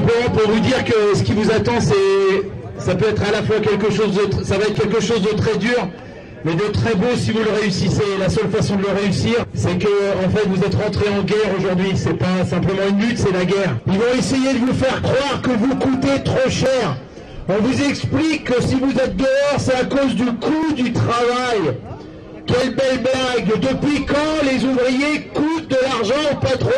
simplement pour vous dire que ce qui vous attend, ça peut être à la fois ça va être quelque chose de très dur, mais de très beau si vous le réussissez. La seule façon de le réussir, c'est que, en fait, vous êtes rentré en guerre aujourd'hui. C'est pas simplement une lutte, c'est la guerre. Ils vont essayer de vous faire croire que vous coûtez trop cher. On vous explique que si vous êtes dehors, c'est à cause du coût du travail. Quelle belle blague! Depuis quand les ouvriers coûtent de l'argent au patron?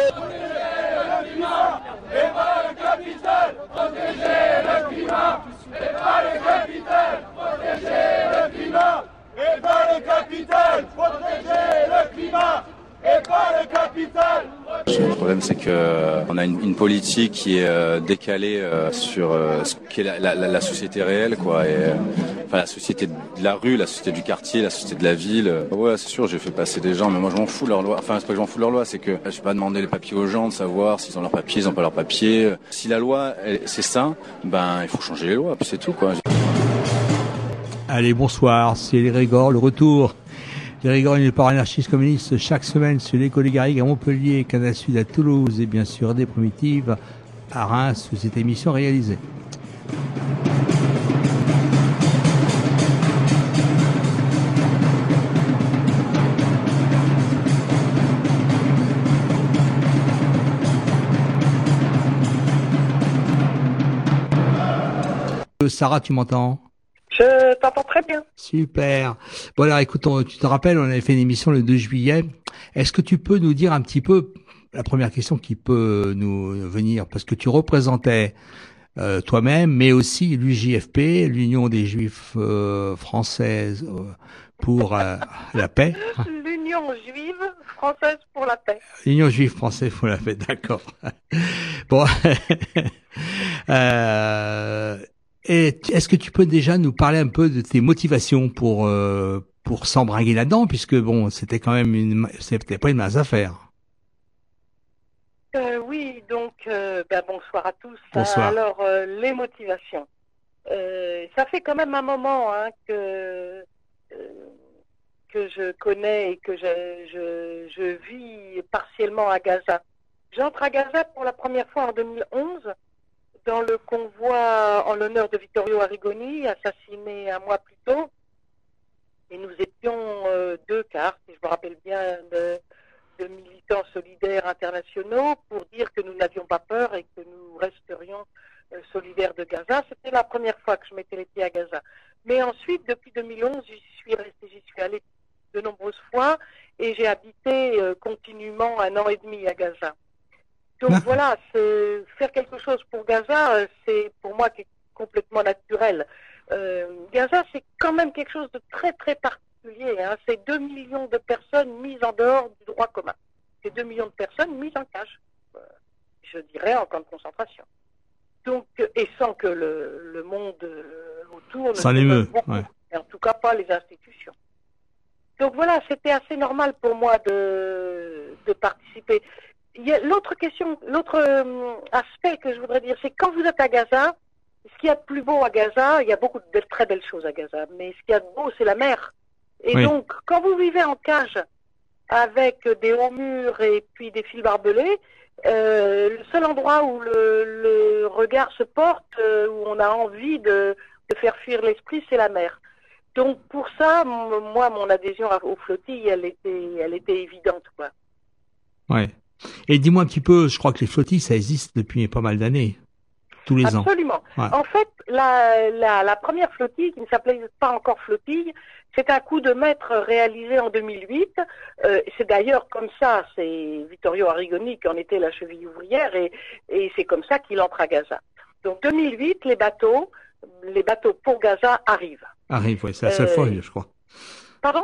Et pas le capital, protéger le climat. Et pas le capital, protéger le climat. Et pas le capital, protéger le climat. Et pas le capital. Le problème, c'est qu'on a une politique qui est décalée sur ce qu'est la société réelle, quoi. Et, enfin, la société de la rue, la société du quartier, la société de la ville. Ouais, c'est sûr, j'ai fait passer des gens, mais moi je m'en fous de leur loi. Enfin, c'est pas que je m'en fous de leur loi, c'est que je vais pas demander les papiers aux gens de savoir s'ils ont leurs papiers, ils ont pas leurs papiers. Si la loi, c'est ça, ben il faut changer les lois, puis c'est tout, quoi. Allez, bonsoir, c'est les Régors, le retour. Les Régors, une part anarchiste communiste chaque semaine sur l'école des Garrigues à Montpellier, Canal Sud à Toulouse et bien sûr des Primitives à Reims où cette émission est réalisée. Sarah, tu m'entends? Je t'entends très bien. Super. Bon alors écoute, tu te rappelles, on avait fait une émission le 2 juillet. Est-ce que tu peux nous dire un petit peu, la première question qui peut nous venir, parce que tu représentais toi-même, mais aussi l'UJFP, l'Union des Juifs françaises pour la paix. L'Union juive française pour la paix. L'Union juive française pour la paix, d'accord. Bon. Et est-ce que tu peux déjà nous parler un peu de tes motivations pour s'embringuer là-dedans, puisque bon, c'était quand même c'était pas une mince affaire. Oui, donc bonsoir à tous. Bonsoir. Alors les motivations. Ça fait quand même un moment que je connais et que je vis partiellement à Gaza. J'entre à Gaza pour la première fois en 2011. Dans le convoi en l'honneur de Vittorio Arrigoni, assassiné un mois plus tôt. Et nous étions deux quarts, si je me rappelle bien, de militants solidaires internationaux pour dire que nous n'avions pas peur et que nous resterions solidaires de Gaza. C'était la première fois que je mettais les pieds à Gaza. Mais ensuite, depuis 2011, j'y suis allée de nombreuses fois et j'ai habité continuellement 1 an et demi à Gaza. Donc voilà, faire quelque chose pour Gaza, c'est pour moi complètement naturel. Gaza, c'est quand même quelque chose de très très particulier. Hein. C'est 2 millions de personnes mises en dehors du droit commun. C'est 2 millions de personnes mises en cage, je dirais en camp de concentration. Donc, et sans que le monde autour ne s'en émeut, beaucoup, et en tout cas pas les institutions. Donc voilà, c'était assez normal pour moi de participer. Il y a l'autre aspect que je voudrais dire, c'est quand vous êtes à Gaza, ce qu'il y a de plus beau à Gaza, il y a beaucoup de très belles choses à Gaza, mais ce qu'il y a de beau, c'est la mer. Et oui. Donc, quand vous vivez en cage avec des hauts murs et puis des fils barbelés, le seul endroit où le regard se porte, où on a envie de faire fuir l'esprit, c'est la mer. Donc, pour ça, moi, mon adhésion aux flottilles, elle était évidente, quoi. Ouais. Et dis-moi un petit peu, je crois que les flottilles, ça existe depuis pas mal d'années, tous les ans. Absolument. Ouais. En fait, la première flottille, qui ne s'appelait pas encore flottille, c'est un coup de maître réalisé en 2008. C'est d'ailleurs comme ça, c'est Vittorio Arrigoni qui en était la cheville ouvrière, et c'est comme ça qu'il entre à Gaza. Donc 2008, les bateaux pour Gaza arrivent. Arrivent, oui, c'est la seule fois, je crois. Pardon ?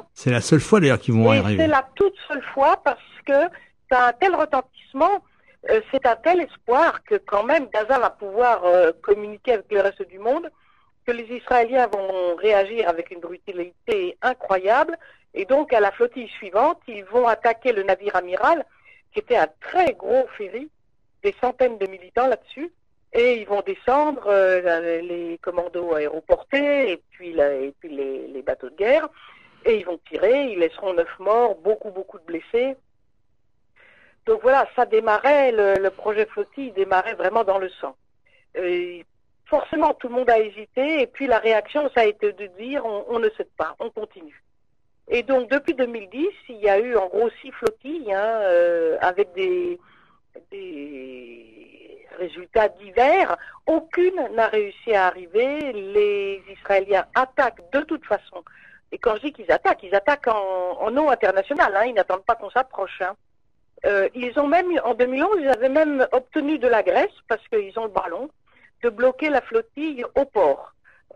C'est la seule fois d'ailleurs qu'ils vont arriver. C'est la toute seule fois parce que ça a un tel retentissement, c'est un tel espoir que quand même Gaza va pouvoir communiquer avec le reste du monde, que les Israéliens vont réagir avec une brutalité incroyable, et donc à la flottille suivante, ils vont attaquer le navire amiral, qui était un très gros ferry, des centaines de militants là-dessus, et ils vont descendre les commandos aéroportés, et puis les bateaux de guerre, et ils vont tirer, ils laisseront 9 morts, beaucoup de blessés. Donc voilà, ça démarrait, le projet flottille démarrait vraiment dans le sang. Forcément, tout le monde a hésité, et puis la réaction, ça a été de dire on ne cède pas, on continue. Et donc, depuis 2010, il y a eu en gros 6 flottilles, avec des résultats divers. Aucune n'a réussi à arriver. Les Israéliens attaquent de toute façon. Et quand je dis qu'ils attaquent en eau internationale. Ils n'attendent pas qu'on s'approche. Ils ont même, en 2011, ils avaient même obtenu de la Grèce, parce qu'ils ont le ballon, de bloquer la flottille au port.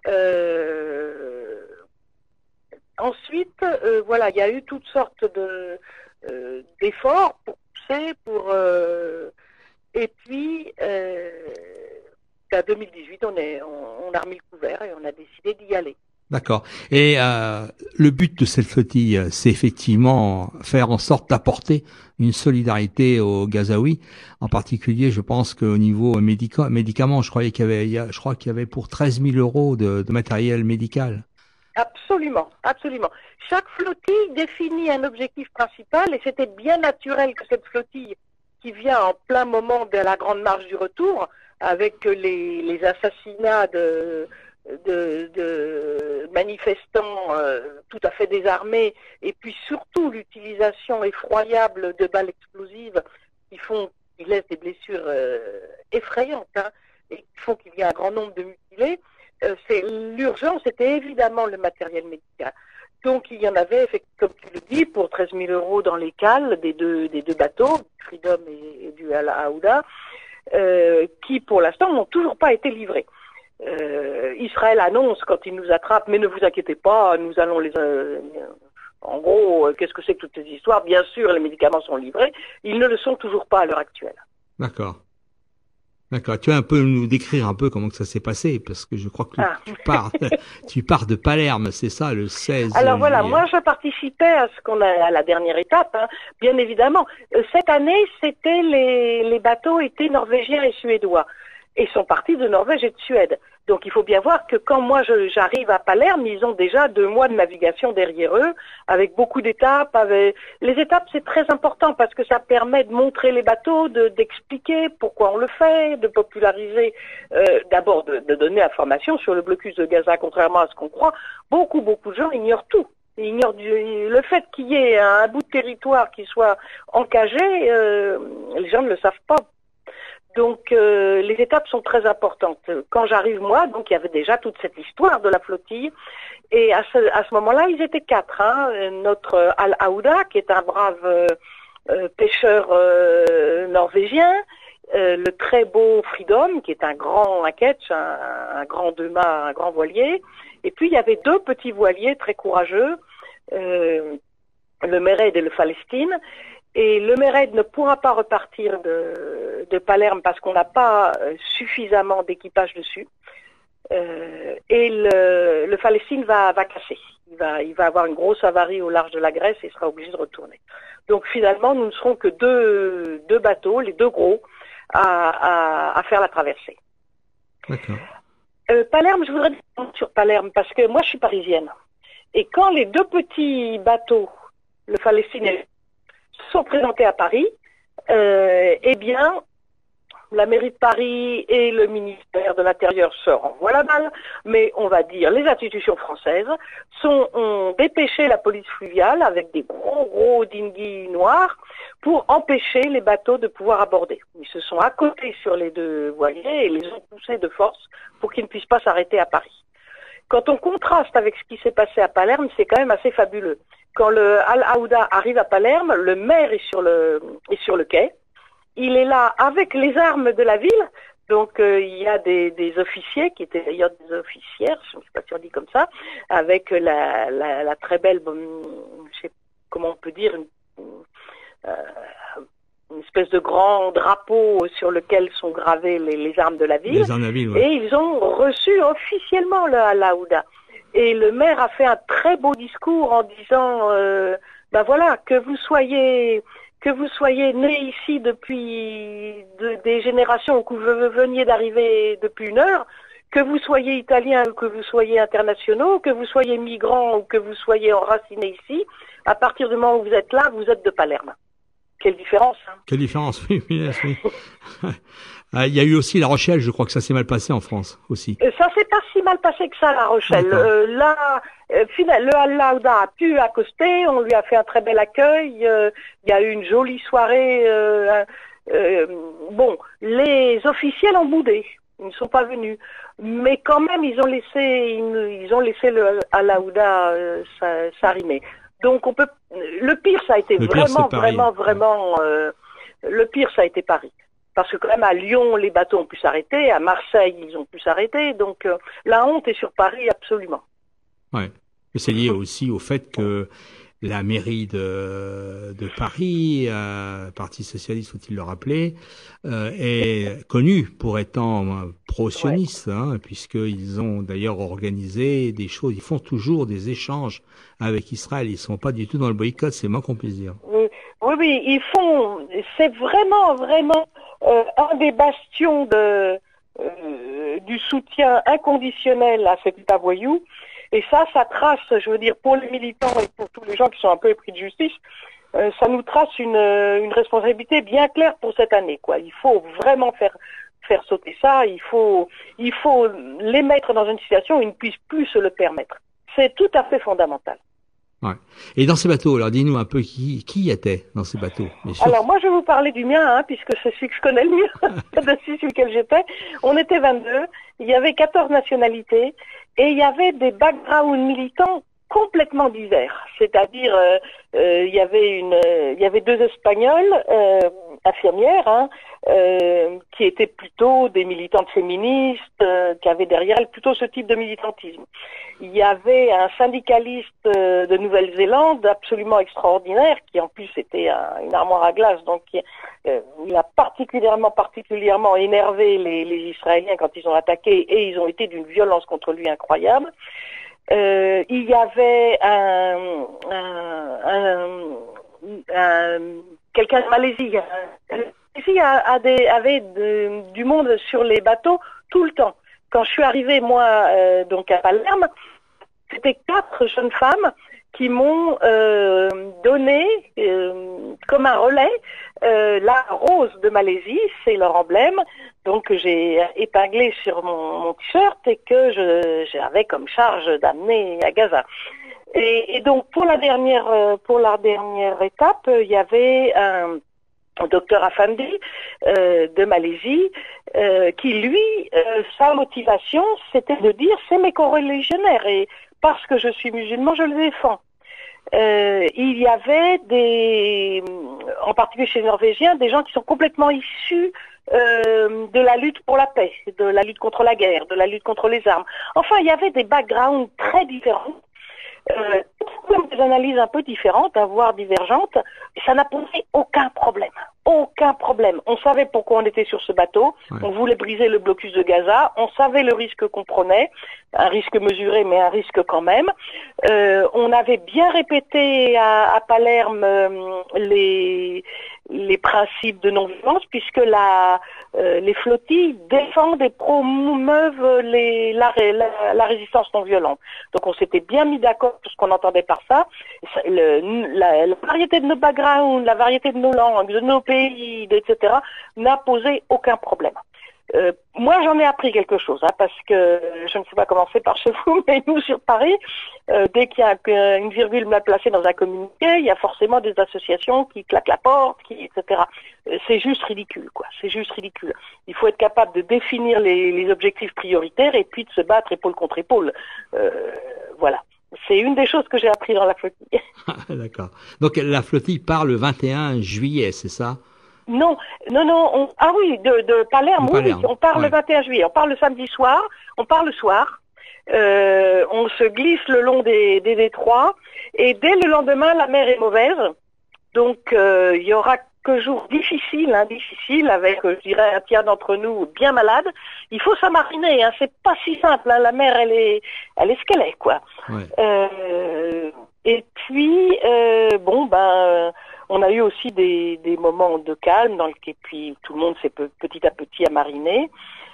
Ensuite, il y a eu toutes sortes d'efforts pour pousser, et puis, en 2018, on a remis le couvert et on a décidé d'y aller. D'accord. Et le but de cette flottille, c'est effectivement faire en sorte d'apporter une solidarité aux Gazaouis. En particulier, je pense qu'au niveau médicaments, je crois qu'il y avait pour 13 000 euros de matériel médical. Absolument, absolument. Chaque flottille définit un objectif principal, et c'était bien naturel que cette flottille, qui vient en plein moment de la grande marche du retour, avec les assassinats de manifestants tout à fait désarmés, et puis surtout l'utilisation effroyable de balles explosives qui laissent des blessures effrayantes, et qui font qu'il y a un grand nombre de mutilés. L'urgence était évidemment le matériel médical. Donc il y en avait, comme tu le dis, pour 13 000 euros dans les cales des deux bateaux, Freedom et du Al-Aouda, qui pour l'instant n'ont toujours pas été livrés. Israël annonce quand ils nous attrapent, mais ne vous inquiétez pas, nous allons en gros, qu'est-ce que c'est que toutes ces histoires? Bien sûr, les médicaments sont livrés, ils ne le sont toujours pas à l'heure actuelle. D'accord. D'accord. Tu vas un peu nous décrire un peu comment que ça s'est passé, parce que je crois que tu pars de Palerme, c'est ça, le 16. Alors voilà, moi je participais à la dernière étape, bien évidemment. Cette année, les bateaux étaient norvégiens et suédois, et sont partis de Norvège et de Suède. Donc il faut bien voir que quand moi j'arrive à Palerme, ils ont déjà 2 mois de navigation derrière eux, avec beaucoup d'étapes. Les étapes, c'est très important parce que ça permet de montrer les bateaux, d'expliquer pourquoi on le fait, de populariser, d'abord de donner l'information sur le blocus de Gaza, contrairement à ce qu'on croit. Beaucoup de gens ignorent tout. Ils ignorent le fait qu'il y ait un bout de territoire qui soit encagé, les gens ne le savent pas. Donc les étapes sont très importantes. Quand j'arrive moi, donc il y avait déjà toute cette histoire de la flottille, et à ce moment-là, ils étaient 4. Notre Al-Aouda, qui est un brave pêcheur norvégien, le très beau Freedom, qui est un ketch, un grand 2-mâts, un grand voilier, et puis il y avait 2 petits voiliers très courageux, le Mered et le Palestine. Et le Mered ne pourra pas repartir de Palerme parce qu'on n'a pas suffisamment d'équipage dessus. Et le Palestine va casser. Il va avoir une grosse avarie au large de la Grèce et sera obligé de retourner. Donc finalement, nous ne serons que deux bateaux, les 2 gros, à faire la traversée. D'accord. Palerme, je voudrais dire sur Palerme parce que moi je suis parisienne. Et quand les 2 petits bateaux, le Palestine et sont présentés à Paris, eh bien, la mairie de Paris et le ministère de l'Intérieur se renvoient la balle, mais on va dire les institutions françaises ont dépêché la police fluviale avec des gros dinghies noirs pour empêcher les bateaux de pouvoir aborder. Ils se sont accotés sur les 2 voiliers et les ont poussés de force pour qu'ils ne puissent pas s'arrêter à Paris. Quand on contraste avec ce qui s'est passé à Palerme, c'est quand même assez fabuleux. Quand le Al-Aouda arrive à Palerme, le maire est sur le quai. Il est là avec les armes de la ville. Donc il y a des officiers qui étaient d'ailleurs des officières, je ne sais pas si on dit comme ça, avec la très belle, je sais comment on peut dire, une espèce de grand drapeau sur lequel sont gravées les armes de la ville. Les armes de la ville, ouais. Et ils ont reçu officiellement le Al-Aouda. Et le maire a fait un très beau discours en disant, que vous soyez né ici depuis des générations, ou que vous veniez d'arriver depuis 1 heure, que vous soyez italien ou que vous soyez internationaux, que vous soyez migrants ou que vous soyez enracinés ici, à partir du moment où vous êtes là, vous êtes de Palerme. Quelle différence, hein. Quelle différence, oui, oui. Il y a eu aussi La Rochelle, je crois que ça s'est mal passé en France aussi. Ça s'est pas si mal passé que ça, La Rochelle. Le Al-Aouda a pu accoster, on lui a fait un très bel accueil, il y a eu une jolie soirée. Bon, les officiels ont boudé, ils ne sont pas venus, mais quand même ils ont laissé le Al-Aouda s'arrimer. Donc le pire ça a été vraiment, le pire ça a été Paris. Parce que quand même à Lyon, les bateaux ont pu s'arrêter, à Marseille, ils ont pu s'arrêter, donc la honte est sur Paris absolument. Ouais, mais c'est lié aussi au fait que la mairie de Paris, Parti socialiste, faut-il le rappeler, est connue pour étant pro-sioniste, hein, puisqu'ils ont d'ailleurs organisé des choses, ils font toujours des échanges avec Israël, ils sont pas du tout dans le boycott, c'est moins qu'on puisse dire. Oui, ils font, c'est vraiment un des bastions du soutien inconditionnel à cet État voyou. Et ça trace, je veux dire, pour les militants et pour tous les gens qui sont un peu épris de justice, ça nous trace une responsabilité bien claire pour cette année, quoi. Il faut vraiment faire sauter ça. Il faut les mettre dans une situation où ils ne puissent plus se le permettre. C'est tout à fait fondamental. Ouais. Et dans ces bateaux, alors dis-nous un peu qui y était dans ces bateaux. Alors moi je vais vous parler du mien, hein, puisque c'est celui que je connais le mieux, de celui sur lequel j'étais. On était 22, il y avait 14 nationalités et il y avait des backgrounds militants complètement divers. C'est-à-dire il y avait deux Espagnols infirmières, hein, qui étaient plutôt des militantes féministes, qui avaient derrière elles plutôt ce type de militantisme. Il y avait un syndicaliste de Nouvelle-Zélande absolument extraordinaire, qui en plus était une armoire à glace, donc il a particulièrement énervé les Israéliens quand ils ont attaqué, et ils ont été d'une violence contre lui incroyable. Il y avait quelqu'un de Malaisie. Ici, avait du monde sur les bateaux tout le temps. Quand je suis arrivée, moi, donc à Palerme, c'était 4 jeunes femmes qui m'ont donné comme un relais la rose de Malaisie, c'est leur emblème, donc que j'ai épinglé sur mon t-shirt et que j'avais comme charge d'amener à Gaza. Et donc pour la dernière étape, il y avait un docteur Afandi de Malaisie qui lui, sa motivation, c'était de dire c'est mes coreligionnaires et parce que je suis musulman, je les défends. Il y avait en particulier chez les Norvégiens, des gens qui sont complètement issus de la lutte pour la paix, de la lutte contre la guerre, de la lutte contre les armes. Enfin, il y avait des backgrounds très différents, des analyses un peu différentes, voire divergentes, et ça n'a posé aucun problème. Aucun problème. On savait pourquoi on était sur ce bateau, on voulait briser le blocus de Gaza, on savait le risque qu'on prenait, un risque mesuré mais un risque quand même. On avait bien répété à Palerme les principes de non-violence puisque les flottilles défendent et promeuvent la résistance non violente. Donc on s'était bien mis d'accord sur ce qu'on entendait par ça. La variété de nos backgrounds, la variété de nos langues, de nos pays, etc. n'a posé aucun problème. Moi, j'en ai appris quelque chose, parce que je ne sais pas comment c'est par chez vous, mais nous, sur Paris, dès qu'il y a une virgule mal placée dans un communiqué, il y a forcément des associations qui claquent la porte, etc. C'est juste ridicule, quoi. C'est juste ridicule. Il faut être capable de définir les objectifs prioritaires et puis de se battre épaule contre épaule. Voilà. C'est une des choses que j'ai appris dans la flottille. D'accord. Donc la flottille part le 21 juillet, c'est ça? Non. De Palerme, oui, on part le 21 juillet. On part le samedi soir, on part le soir. On se glisse le long des détroits et dès le lendemain, la mer est mauvaise. Donc il y aura que jours difficiles avec, je dirais, un tiers d'entre nous bien malades. Il faut s'amariner, c'est pas si simple. La mer, elle est ce qu'elle est, quoi. Ouais. Et puis, on a eu aussi des moments de calme et puis tout le monde s'est petit à petit amariner.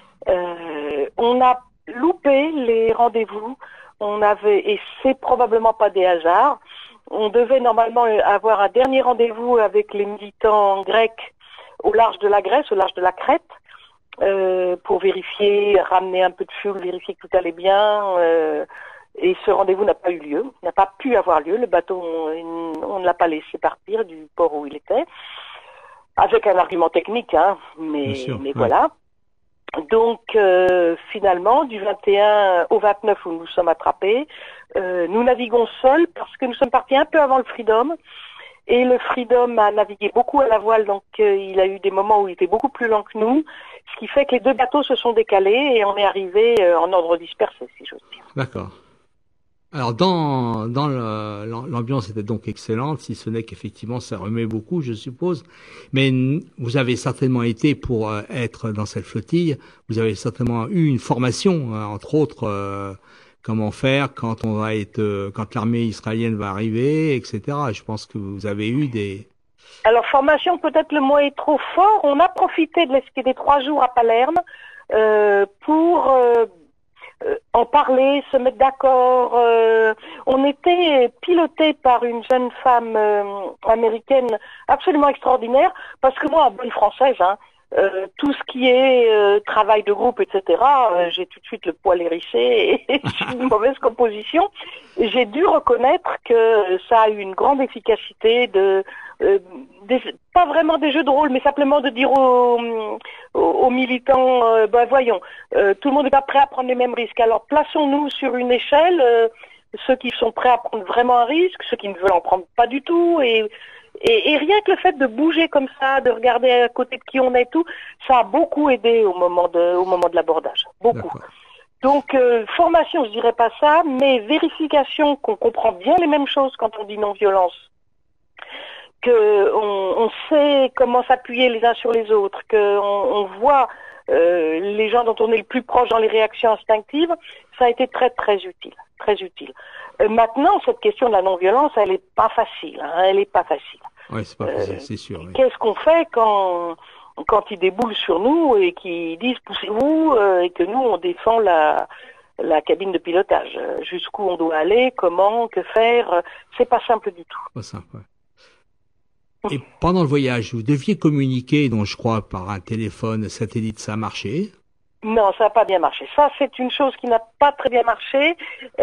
On a loupé les rendez-vous. Et c'est probablement pas des hasards. On devait normalement avoir un dernier rendez-vous avec les militants grecs au large de la Grèce, au large de la Crète, pour vérifier, ramener un peu de fuel, vérifier que tout allait bien. Et ce rendez-vous n'a pas eu lieu, n'a pas pu avoir lieu. Le bateau, on ne l'a pas laissé partir du port où il était, avec un argument technique, hein, mais voilà. Donc finalement, du 21 au 29 où nous sommes attrapés, nous naviguons seuls parce que nous sommes partis un peu avant le Freedom. Et le Freedom a navigué beaucoup à la voile, donc il a eu des moments où il était beaucoup plus lent que nous, ce qui fait que les deux bateaux se sont décalés et on est arrivé en ordre dispersé, si j'ose dire. D'accord. Alors dans l'ambiance était donc excellente, si ce n'est qu'effectivement ça remet beaucoup, je suppose. Mais vous avez certainement été, pour être dans cette flottille, vous avez certainement eu une formation, entre autres, comment faire quand on va être, quand l'armée israélienne va arriver, etc. Je pense que vous avez eu des... Alors formation, peut-être le mot est trop fort. On a profité de l'escale des 3 jours à Palerme pour en parler, se mettre d'accord. On était piloté par une jeune femme américaine absolument extraordinaire, parce que moi, bonne française, hein, tout ce qui est travail de groupe, etc., j'ai tout de suite le poil hérissé et j'ai une mauvaise composition. J'ai dû reconnaître que ça a eu une grande efficacité pas vraiment des jeux de rôle, mais simplement de dire aux militants, voyons, tout le monde n'est pas prêt à prendre les mêmes risques. Alors plaçons-nous sur une échelle, ceux qui sont prêts à prendre vraiment un risque, ceux qui ne veulent en prendre pas du tout, et rien que le fait de bouger comme ça, de regarder à côté de qui on est et tout, ça a beaucoup aidé au moment de l'abordage. Beaucoup. D'accord. Donc, formation, je dirais pas ça, mais vérification qu'on comprend bien les mêmes choses quand on dit non-violence, qu'on sait comment s'appuyer les uns sur les autres, qu'on voit les gens dont on est le plus proche dans les réactions instinctives, ça a été très très utile, très utile. Maintenant, cette question de la non-violence, elle est pas facile, hein, elle est pas facile. Oui, c'est pas facile, c'est sûr. Oui. Qu'est-ce qu'on fait quand ils déboulent sur nous et qu'ils disent poussez-vous et que nous on défend la cabine de pilotage, jusqu'où on doit aller, comment, que faire, c'est pas simple du tout. Pas simple. Ouais. Et pendant le voyage, vous deviez communiquer, donc je crois par un téléphone satellite, ça a marché? Non, ça n'a pas bien marché. Ça, c'est une chose qui n'a pas très bien marché.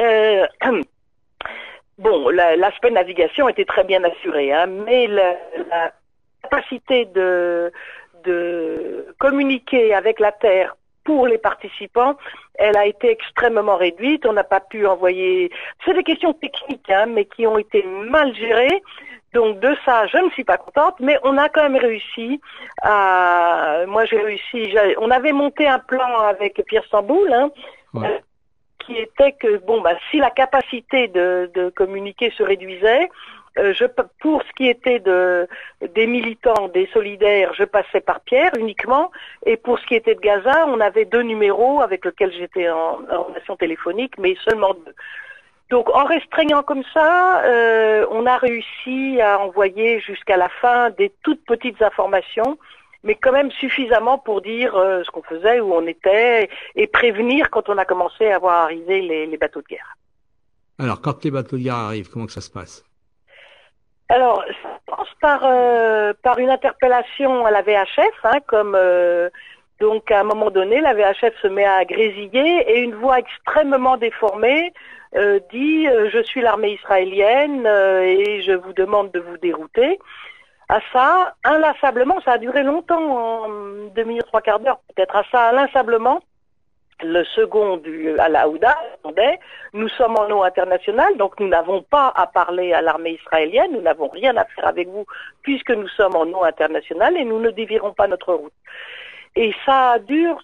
Bon, l'aspect navigation était très bien assuré, hein, mais la capacité de communiquer avec la Terre pour les participants, elle a été extrêmement réduite. On n'a pas pu envoyer... C'est des questions techniques, hein, mais qui ont été mal gérées. Donc de ça, je ne suis pas contente, mais on a quand même réussi à... Moi, j'ai réussi... On avait monté un plan avec Pierre Samboul, hein, ouais. Qui était que, si la capacité de communiquer se réduisait, pour ce qui était des militants, des solidaires, je passais par Pierre uniquement, et pour ce qui était de Gaza, on avait 2 numéros avec lesquels j'étais en relation téléphonique, mais seulement 2. Donc en restreignant comme ça, on a réussi à envoyer jusqu'à la fin des toutes petites informations, mais quand même suffisamment pour dire ce qu'on faisait, où on était, et prévenir quand on a commencé à voir arriver les bateaux de guerre. Alors, quand les bateaux de guerre arrivent, comment que ça se passe? Alors, ça passe par une interpellation à la VHF, hein, comme donc à un moment donné, la VHF se met à grésiller et une voix extrêmement déformée dit je suis l'armée israélienne et je vous demande de vous dérouter. À ça, inlassablement, ça a duré longtemps, en 2 minutes, 3/4 d'heure, peut-être. À ça, inlassablement, le second à la Aouda répondait, nous sommes en eau internationale, donc nous n'avons pas à parler à l'armée israélienne, nous n'avons rien à faire avec vous, puisque nous sommes en eau internationale et nous ne dévierons pas notre route. Et ça dure,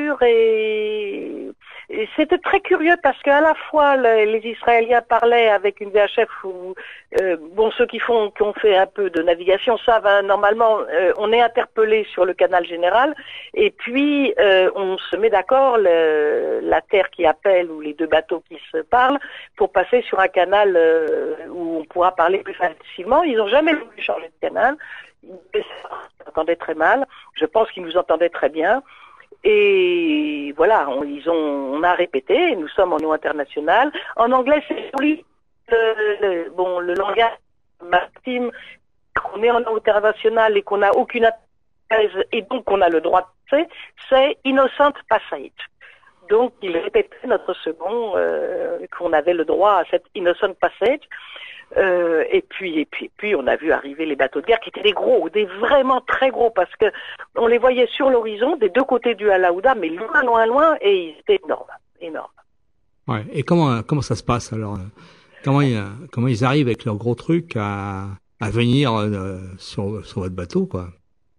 et c'était très curieux parce qu'à la fois les Israéliens parlaient avec une VHF où, ceux qui ont fait un peu de navigation savent, hein, normalement, on est interpellé sur le canal général et puis on se met d'accord, la terre qui appelle ou les 2 bateaux qui se parlent pour passer sur un canal où on pourra parler plus facilement. Ils n'ont jamais voulu changer de canal. Ils entendaient très mal. Je pense qu'ils nous entendaient très bien. Et voilà, on a répété. Nous sommes en eau internationale. En anglais, c'est joli. le langage maritime, qu'on est en eau internationale et qu'on n'a aucune attache et donc qu'on a le droit de passer, c'est innocent passage. Donc il répétait notre second qu'on avait le droit à cette innocent passage. Et puis on a vu arriver les bateaux de guerre qui étaient des vraiment très gros, parce que on les voyait sur l'horizon des deux côtés du Alaouda, mais loin, et ils étaient énormes. Ouais. Et comment ça se passe alors? Comment ils arrivent avec leurs gros trucs à venir sur votre bateau, quoi?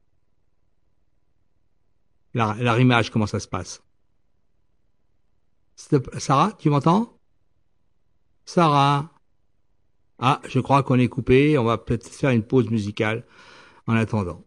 L'arrimage, comment ça se passe? Sarah, tu m'entends? Sarah? Ah, je crois qu'on est coupé. On va peut-être faire une pause musicale en attendant.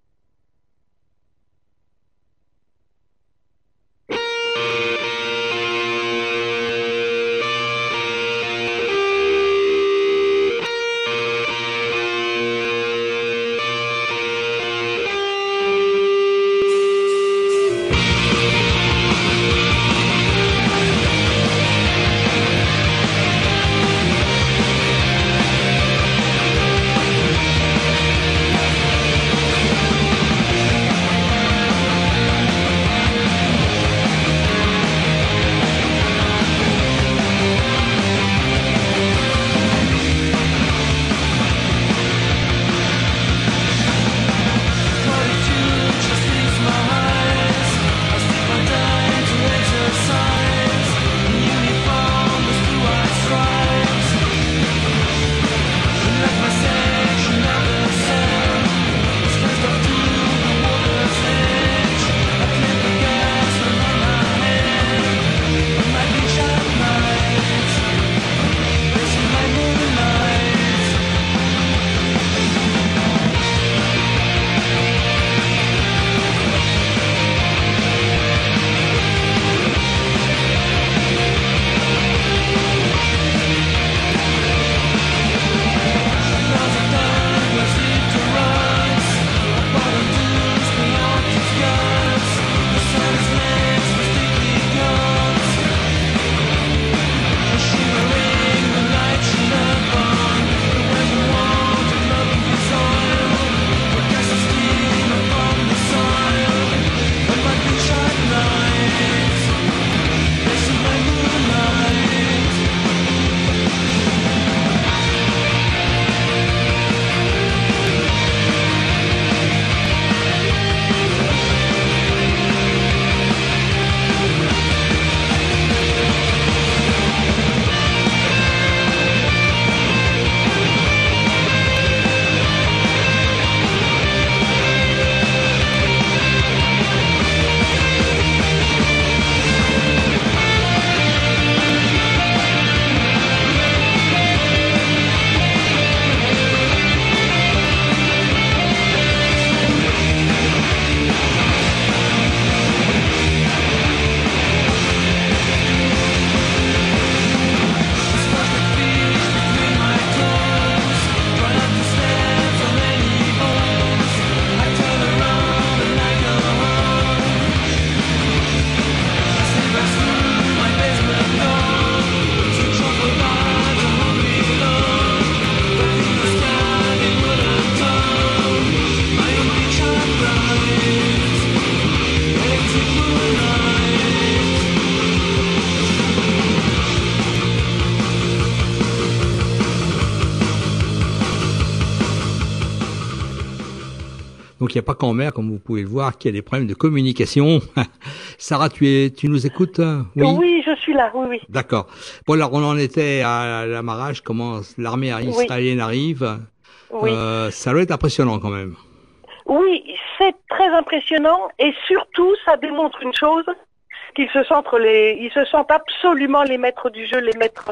Donc il n'y a pas qu'en mer, comme vous pouvez le voir, qu'il y a des problèmes de communication. Sarah, tu nous écoutes? Oui. Oui, je suis là, oui. D'accord. Bon, alors on en était à l'amarrage, comment l'armée israélienne arrive. Oui. Ça doit être impressionnant quand même. Oui, c'est très impressionnant, et surtout ça démontre une chose, qu'ils se sentent absolument les maîtres du jeu, les maîtres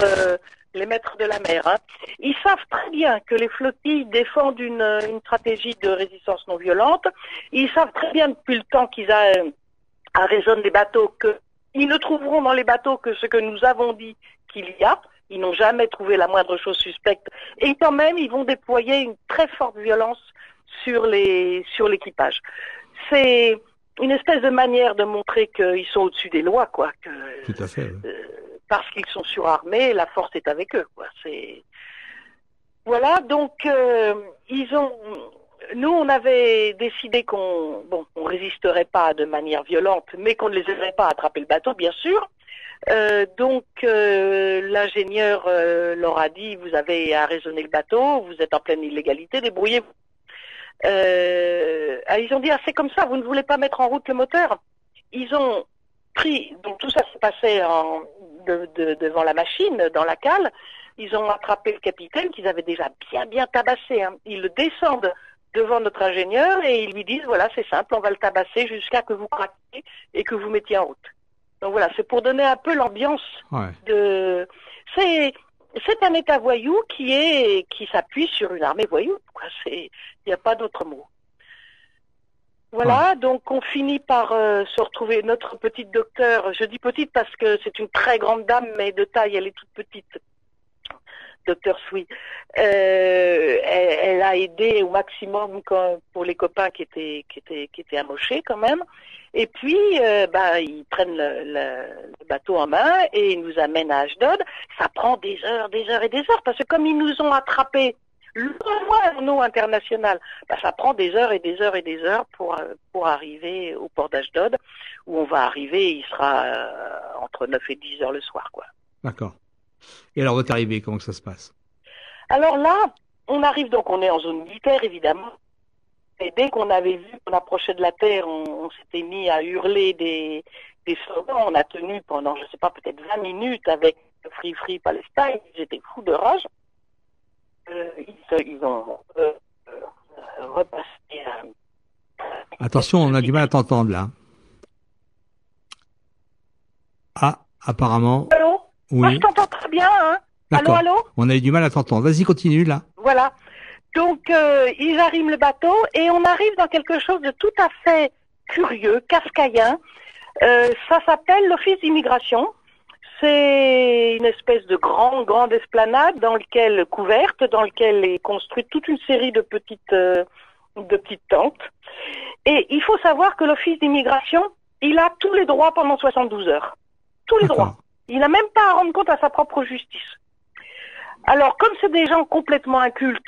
de la mer. Hein. Ils savent très bien que les flottilles défendent une stratégie de résistance non violente. Ils savent très bien depuis le temps qu'ils arraisonnent les bateaux qu'ils ne trouveront dans les bateaux que ce que nous avons dit qu'il y a. Ils n'ont jamais trouvé la moindre chose suspecte. Et quand même, ils vont déployer une très forte violence sur l'équipage. C'est une espèce de manière de montrer qu'ils sont au-dessus des lois, quoi. Tout à fait. Parce qu'ils sont surarmés, la force est avec eux, quoi. Voilà, donc nous on avait décidé on résisterait pas de manière violente, mais qu'on ne les aiderait pas à attraper le bateau, bien sûr. Donc l'ingénieur leur a dit, vous avez arraisonné le bateau, vous êtes en pleine illégalité, débrouillez-vous. Ils ont dit, c'est comme ça, vous ne voulez pas mettre en route le moteur. Ils ont pris, donc tout ça se passait devant la machine, dans la cale. Ils ont attrapé le capitaine qu'ils avaient déjà bien tabassé. Hein. Ils le descendent devant notre ingénieur et ils lui disent, voilà, c'est simple, on va le tabasser jusqu'à que vous craquiez et que vous mettiez en route. Donc voilà, c'est pour donner un peu l'ambiance de... C'est un État voyou qui s'appuie sur une armée voyou. Il n'y a pas d'autre mot. Voilà, donc on finit par se retrouver. Notre petite docteure, je dis petite parce que c'est une très grande dame, mais de taille, elle est toute petite. Docteur Sui. Elle a aidé au maximum pour les copains qui étaient amochés quand même. Et puis, ils prennent le bateau en main et ils nous amènent à Ashdod. Ça prend des heures et des heures parce que comme ils nous ont attrapés loin en eau internationale, ça prend des heures et des heures et des heures pour arriver au port d'Ashdod où on va arriver. Il sera entre 9 et 10 heures le soir, quoi. D'accord. Et alors, votre arrivée, comment que ça se passe? Alors là, on arrive, donc on est en zone militaire, évidemment. Et dès qu'on avait vu qu'on approchait de la terre, on s'était mis à hurler des slogans. On a tenu pendant, je sais pas, peut-être 20 minutes avec Free Free Palestine. J'étais fou de rage. Ils ont repassé... Attention, on a du mal à t'entendre, là. Ah, apparemment... Allô? Oui. Moi, je t'entends très bien, hein. Allô? On a eu du mal à t'entendre. Vas-y, continue, là. Voilà. Donc, ils arriment le bateau et on arrive dans quelque chose de tout à fait curieux, kafkaïen. Ça s'appelle l'Office d'immigration. C'est une espèce de grande esplanade couverte, dans lequel est construite toute une série de petites tentes. Et il faut savoir que l'Office d'immigration, il a tous les droits pendant 72 heures. Tous les droits. Il n'a même pas à rendre compte à sa propre justice. Alors, comme c'est des gens complètement incultes,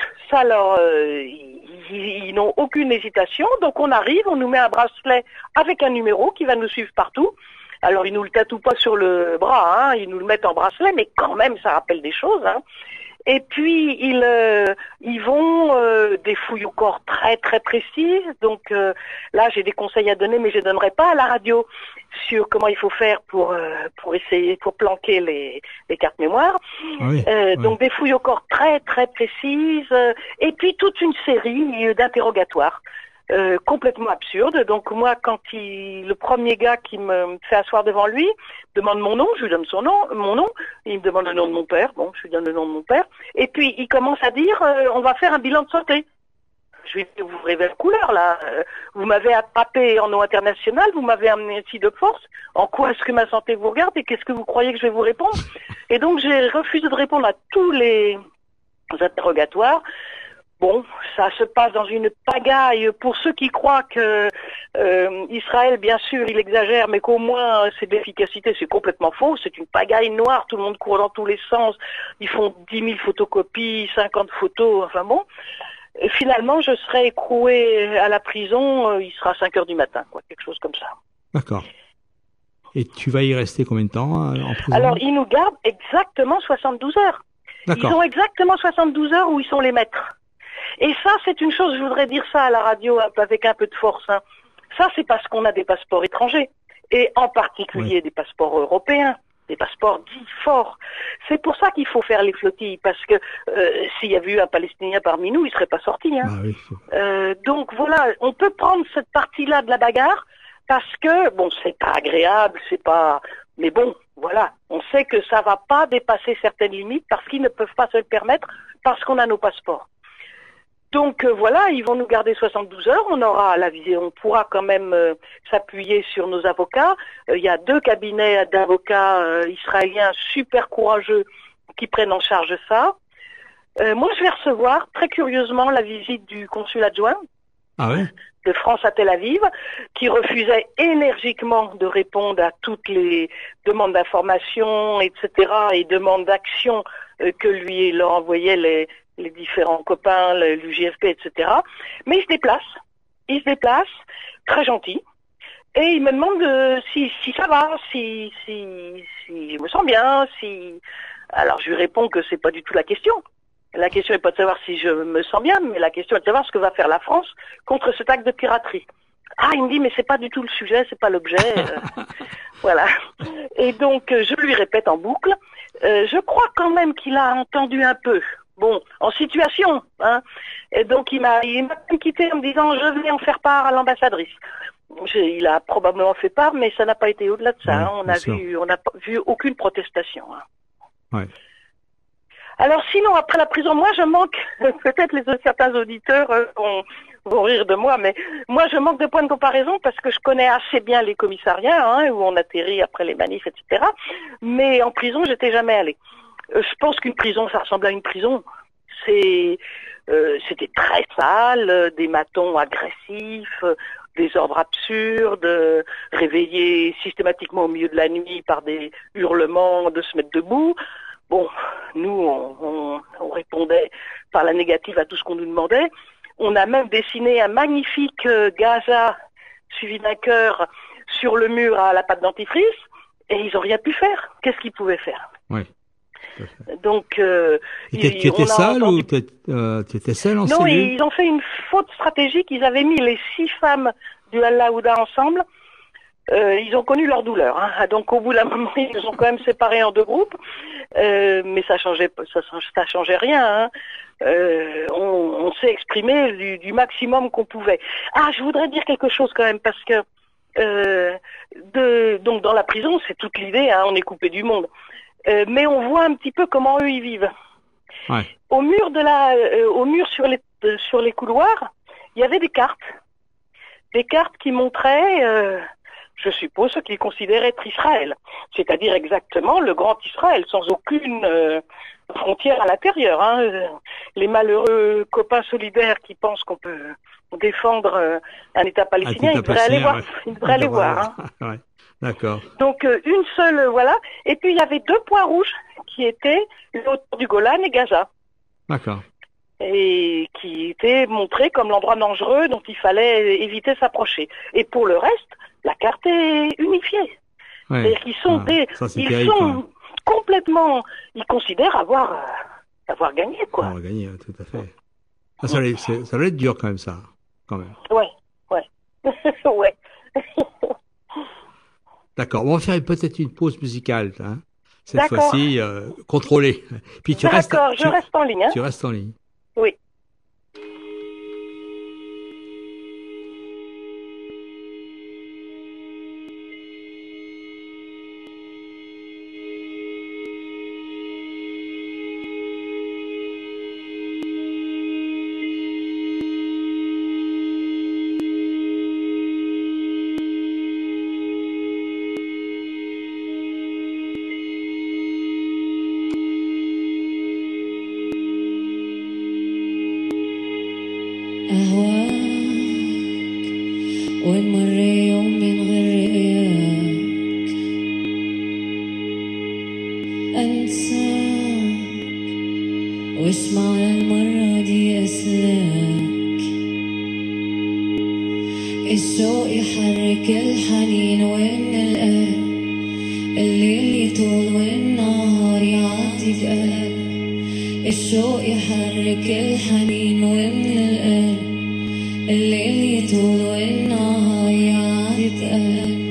ils n'ont aucune hésitation. Donc, on arrive, on nous met un bracelet avec un numéro qui va nous suivre partout. Alors, ils nous le tatouent pas sur le bras, hein, ils nous le mettent en bracelet, mais quand même, ça rappelle des choses, hein. Et puis, ils vont des fouilles au corps très, très précises. Donc, là, j'ai des conseils à donner, mais je ne donnerai pas à la radio sur comment il faut faire pour planquer les cartes mémoire. Donc, des fouilles au corps très, très précises. Et puis, toute une série d'interrogatoires. Complètement absurde. Donc moi, quand le premier gars qui me fait asseoir devant lui demande mon nom, je lui donne mon nom, il me demande le nom de mon père, bon, je lui donne le nom de mon père, et puis il commence à dire on va faire un bilan de santé. Je lui dis, vous rêvez la couleur là, vous m'avez attrapé en eau internationale, vous m'avez amené ici de force, en quoi est-ce que ma santé vous regarde et qu'est-ce que vous croyez que je vais vous répondre? Et donc j'ai refusé de répondre à tous les interrogatoires. Bon, ça se passe dans une pagaille. Pour ceux qui croient que Israël, bien sûr, il exagère, mais qu'au moins c'est de l'efficacité, c'est complètement faux. C'est une pagaille noire, tout le monde court dans tous les sens. Ils font 10 000 photocopies, 50 photos, enfin bon. Et finalement, je serai écroué à la prison, il sera 5 heures du matin, quoi, quelque chose comme ça. D'accord. Et tu vas y rester combien de temps en prison? Alors, ils nous gardent exactement 72 heures. D'accord. Ils ont exactement 72 heures où ils sont les maîtres. Et ça, c'est une chose, je voudrais dire ça à la radio avec un peu de force. Hein. Ça, c'est parce qu'on a des passeports étrangers, et en particulier des passeports européens, des passeports dits forts. C'est pour ça qu'il faut faire les flottilles, parce que s'il y avait eu un Palestinien parmi nous, il serait pas sorti. Hein. Ah oui. Donc voilà, on peut prendre cette partie-là de la bagarre, parce que, bon, c'est pas agréable, c'est pas... Mais bon, voilà, on sait que ça va pas dépasser certaines limites, parce qu'ils ne peuvent pas se le permettre, parce qu'on a nos passeports. Donc voilà, ils vont nous garder 72 heures, on pourra quand même s'appuyer sur nos avocats. Il y a 2 cabinets d'avocats israéliens super courageux qui prennent en charge ça. Moi, je vais recevoir très curieusement la visite du consul adjoint de France à Tel Aviv, qui refusait énergiquement de répondre à toutes les demandes d'information, etc., et demandes d'action que leur envoyaient les différents copains, l'UJFP, etc. Mais il se déplace, très gentil, et il me demande si ça va, si je me sens bien, si... Alors je lui réponds que c'est pas du tout la question. La question n'est pas de savoir si je me sens bien, mais la question est de savoir ce que va faire la France contre cet acte de piraterie. Ah, il me dit, mais c'est pas du tout le sujet, c'est pas l'objet. Voilà. Et donc, je lui répète en boucle. Je crois quand même qu'il a entendu un peu. Bon, en situation, hein. Et donc, il m'a quitté en me disant, je vais en faire part à l'ambassadrice. Il a probablement fait part, mais ça n'a pas été au-delà de ça. Ouais, Hein. On n'a vu aucune protestation. Hein. Ouais. Alors sinon, après la prison, moi je manque, peut-être certains auditeurs vont rire de moi, mais moi je manque de points de comparaison parce que je connais assez bien les commissariats, hein, où on atterrit après les manifs, etc. Mais en prison, j'étais jamais allée. Je pense qu'une prison, ça ressemble à une prison. C'était très sale, des matons agressifs, des ordres absurdes, réveillés systématiquement au milieu de la nuit par des hurlements de se mettre debout. Bon, nous, on répondait par la négative à tout ce qu'on nous demandait. On a même dessiné un magnifique Gaza suivi d'un cœur sur le mur à la pâte dentifrice, et ils n'ont rien pu faire. Qu'est-ce qu'ils pouvaient faire? Oui. Donc, tu étais seule ou tu étais seule en Non, cellule? ils ont fait une faute stratégique. Ils avaient mis les 6 femmes du Al-Aouda ensemble. Ils ont connu leur douleur, hein. Donc au bout d'un moment, ils se sont quand même séparés en 2 groupes, mais ça changeait rien. Hein. On s'est exprimé du maximum qu'on pouvait. Ah, je voudrais dire quelque chose quand même, parce que donc dans la prison, c'est toute l'idée, hein, on est coupé du monde, mais on voit un petit peu comment eux ils vivent. Ouais. Au mur sur les couloirs, il y avait des cartes qui montraient. Je suppose ce qu'ils considèrent être Israël, c'est-à-dire exactement le grand Israël, sans aucune frontière à l'intérieur. Hein. Les malheureux copains solidaires qui pensent qu'on peut défendre un État palestinien, ils devraient aller voir. Ouais. Ils devraient aller voir. Hein. Ouais. D'accord. Donc une seule, voilà. Et puis il y avait 2 points rouges qui étaient le haut du Golan et Gaza. D'accord. Et qui étaient montrés comme l'endroit dangereux dont il fallait éviter s'approcher. Et pour le reste, la carte est unifiée. Ouais. C'est-à-dire qu'ils sont complètement, ils considèrent avoir gagné, quoi. Avoir gagné, tout à fait. Ah, ça va être dur quand même, ça, quand même. Ouais. Ouais. D'accord. On va faire peut-être une pause musicale, hein. Cette fois-ci, contrôlée. Puis je reste en ligne. Hein. Tu restes en ligne. Oui. ونمر يوم من غير رؤياك أنساك واسمع المرة دي أسلاك الشوق يحرك الحنين وإن القلب الليل يطول والنهار يعدي بقلب الشوق يحرك الحنين وإن القلب الليل يطول والنهار يعدي بقلب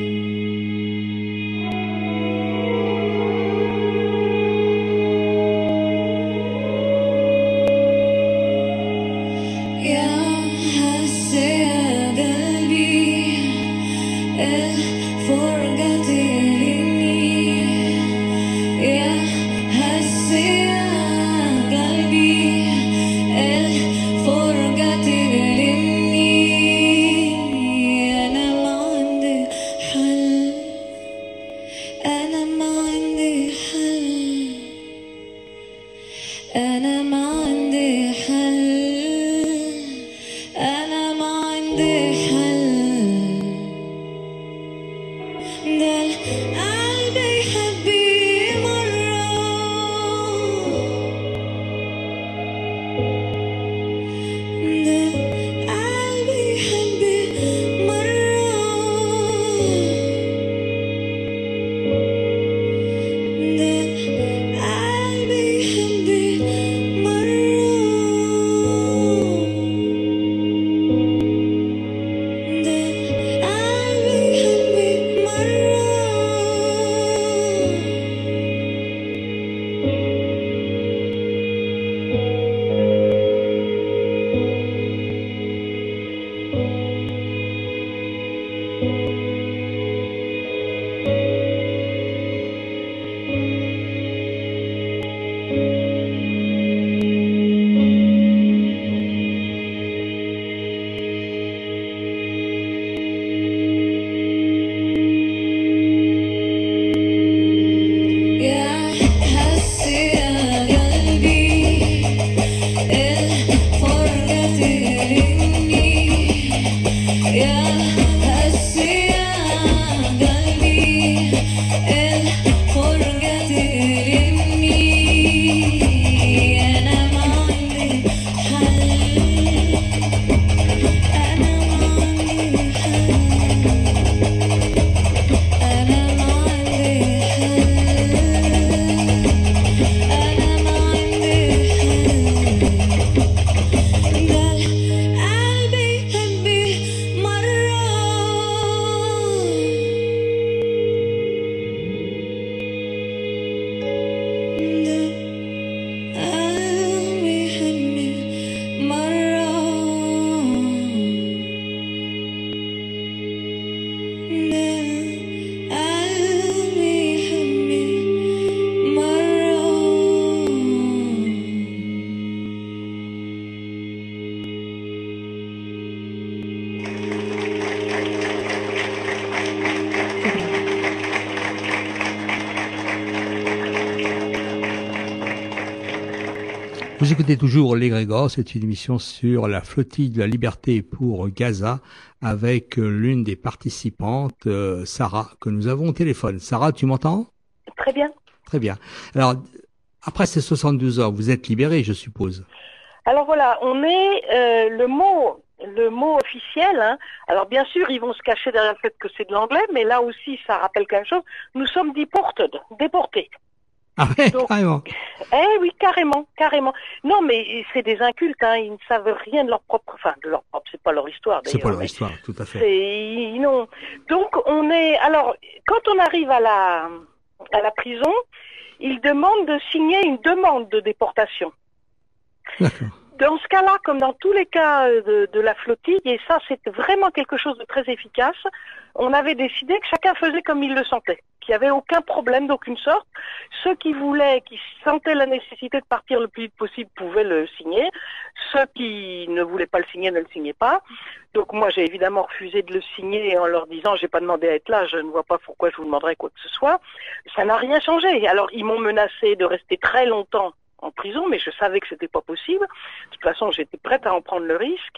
Vous écoutez toujours Les Grégor, c'est une émission sur la flottille de la liberté pour Gaza avec l'une des participantes, Sarah, que nous avons au téléphone. Sarah, tu m'entends? Très bien. Très bien. Alors, après ces 72 heures, vous êtes libérée, je suppose. Alors voilà, on est le mot officiel. Hein. Alors bien sûr, ils vont se cacher derrière le fait que c'est de l'anglais, mais là aussi, ça rappelle quelque chose. Nous sommes déportés. Ah ouais, Donc, carrément. Oui, carrément. Non, mais c'est des incultes, hein, ils ne savent rien de leur propre, c'est pas leur histoire d'ailleurs. C'est pas leur histoire, tout à fait. Non. Donc alors, quand on arrive à la prison, ils demandent de signer une demande de déportation. D'accord. Dans ce cas-là, comme dans tous les cas de la flottille, et ça c'est vraiment quelque chose de très efficace, on avait décidé que chacun faisait comme il le sentait, qu'il n'y avait aucun problème d'aucune sorte. Ceux qui sentaient la nécessité de partir le plus vite possible pouvaient le signer. Ceux qui ne voulaient pas le signer ne le signaient pas. Donc moi j'ai évidemment refusé de le signer en leur disant j'ai pas demandé à être là, je ne vois pas pourquoi je vous demanderais quoi que ce soit. Ça n'a rien changé. Alors ils m'ont menacé de rester très longtemps en prison, mais je savais que c'était pas possible. De toute façon, j'étais prête à en prendre le risque.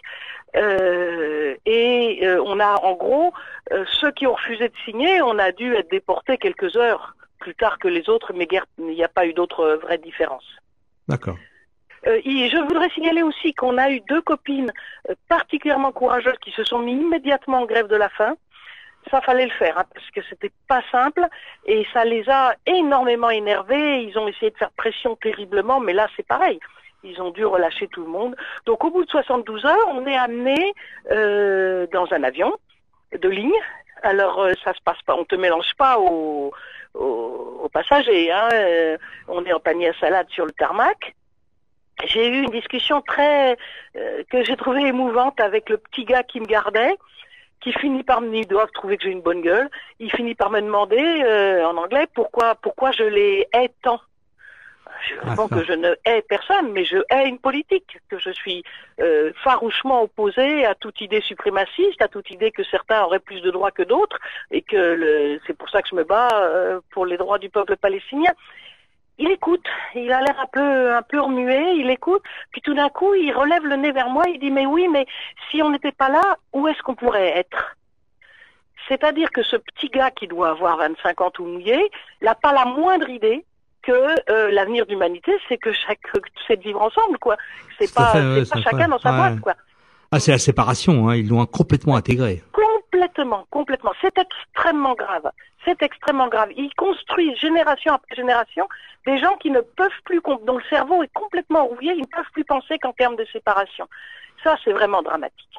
On a, en gros, ceux qui ont refusé de signer, on a dû être déportés quelques heures plus tard que les autres, mais il n'y a pas eu d'autre vraie différence. D'accord. Je voudrais signaler aussi qu'on a eu 2 copines particulièrement courageuses qui se sont mis immédiatement en grève de la faim. Ça fallait le faire, hein, parce que c'était pas simple et ça les a énormément énervés. Ils ont essayé de faire pression terriblement, mais là c'est pareil. Ils ont dû relâcher tout le monde. Donc au bout de 72 heures, on est amené dans un avion de ligne. Alors ça se passe pas, on te mélange pas aux passagers. Hein, on est en panier à salade sur le tarmac. J'ai eu une discussion que j'ai trouvée émouvante avec le petit gars qui me gardait, qui finit par ils doivent trouver que j'ai une bonne gueule. Il finit par me demander en anglais pourquoi je les hais tant. Je réponds que je ne hais personne, mais je hais une politique, que je suis farouchement opposée à toute idée suprémaciste, à toute idée que certains auraient plus de droits que d'autres, et que c'est pour ça que je me bats pour les droits du peuple palestinien. Il écoute, il a l'air un peu remué, il écoute, puis tout d'un coup, il relève le nez vers moi, il dit « Mais oui, mais si on n'était pas là, où est-ce qu'on pourrait être ?» C'est-à-dire que ce petit gars qui doit avoir 25 ans tout mouillé n'a pas la moindre idée que l'avenir de l'humanité, c'est c'est de vivre ensemble, quoi. C'est pas chacun dans sa boîte, quoi. Ah, c'est la séparation, hein, ils l'ont complètement intégré. Complètement. C'est extrêmement grave. Ils construisent génération après génération des gens qui ne peuvent plus, dont le cerveau est complètement rouillé, ils ne peuvent plus penser qu'en termes de séparation. Ça, c'est vraiment dramatique.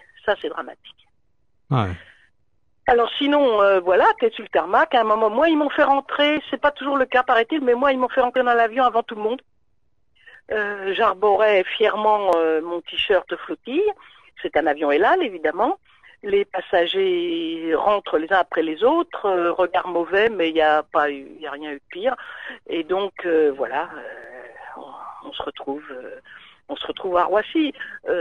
Ouais. Alors sinon, t'es sur le tarmac. À un moment, moi, ils m'ont fait rentrer. C'est pas toujours le cas, paraît-il, mais moi, ils m'ont fait rentrer dans l'avion avant tout le monde. J'arborais fièrement mon t-shirt flottille. C'est un avion Elal, évidemment. Les passagers rentrent les uns après les autres, regard mauvais, mais il y a rien eu de pire. Et donc on se retrouve à Roissy.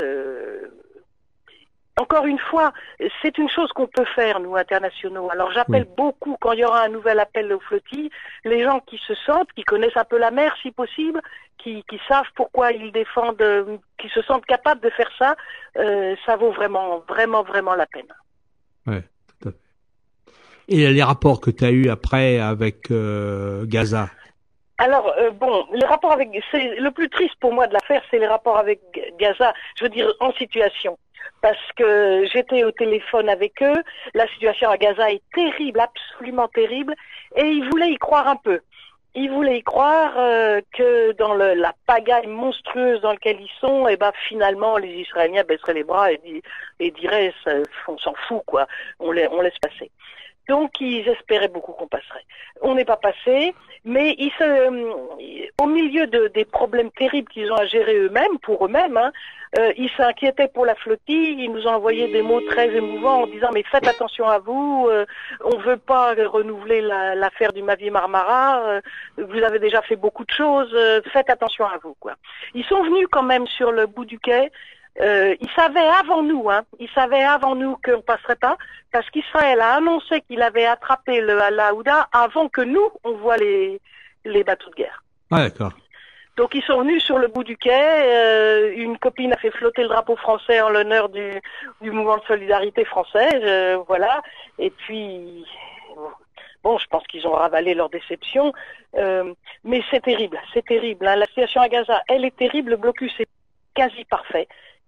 Encore une fois, c'est une chose qu'on peut faire, nous, internationaux. Alors j'appelle beaucoup, quand il y aura un nouvel appel aux flottilles, les gens qui se sentent, qui connaissent un peu la mer si possible, qui savent pourquoi ils défendent, qui se sentent capables de faire ça, ça vaut vraiment la peine. Oui, tout à fait. Et les rapports que tu as eus après avec Gaza? Alors, les rapports le plus triste pour moi de l'affaire, c'est les rapports avec Gaza, je veux dire, en situation. Parce que j'étais au téléphone avec eux, la situation à Gaza est terrible, absolument terrible, et ils voulaient y croire un peu. Ils voulaient y croire que dans la pagaille monstrueuse dans laquelle ils sont, finalement les Israéliens baisseraient les bras et diraient on s'en fout, quoi, on laisse passer. Donc ils espéraient beaucoup qu'on passerait. On n'est pas passé, mais au milieu des problèmes terribles qu'ils ont à gérer eux-mêmes, pour eux-mêmes, ils s'inquiétaient pour la flottille, ils nous ont envoyé des mots très émouvants en disant mais faites attention à vous, on veut pas renouveler l'affaire du Mavi Marmara, vous avez déjà fait beaucoup de choses, faites attention à vous, quoi. Ils sont venus quand même sur le bout du quai. Ils savaient avant nous qu'on passerait pas, parce qu'Israël a annoncé qu'il avait attrapé le Al-Aouda avant que nous on voit les bateaux de guerre. Ah d'accord. Donc ils sont venus sur le bout du quai. Une copine a fait flotter le drapeau français en l'honneur du mouvement de solidarité français. Voilà. Et puis bon, je pense qu'ils ont ravalé leur déception. Mais c'est terrible, hein. La situation à Gaza, elle est terrible. Le blocus est quasi parfait.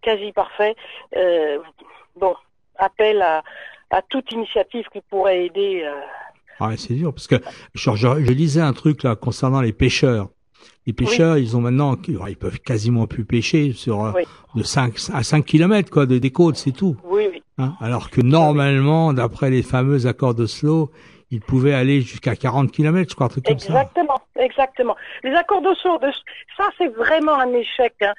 Bon, appel à toute initiative qui pourrait aider. Ah ouais, c'est dur parce que je lisais un truc là concernant les pêcheurs. Les pêcheurs, ils ont maintenant, ils peuvent quasiment plus pêcher sur de 5 à 5 kilomètres quoi, des côtes, c'est tout. Oui. Hein, alors que normalement, d'après les fameux accords d'Oslo, ils pouvaient aller jusqu'à 40 kilomètres, je crois, un truc comme ça. Exactement. Les accords d'Oslo, ça c'est vraiment un échec. Hein.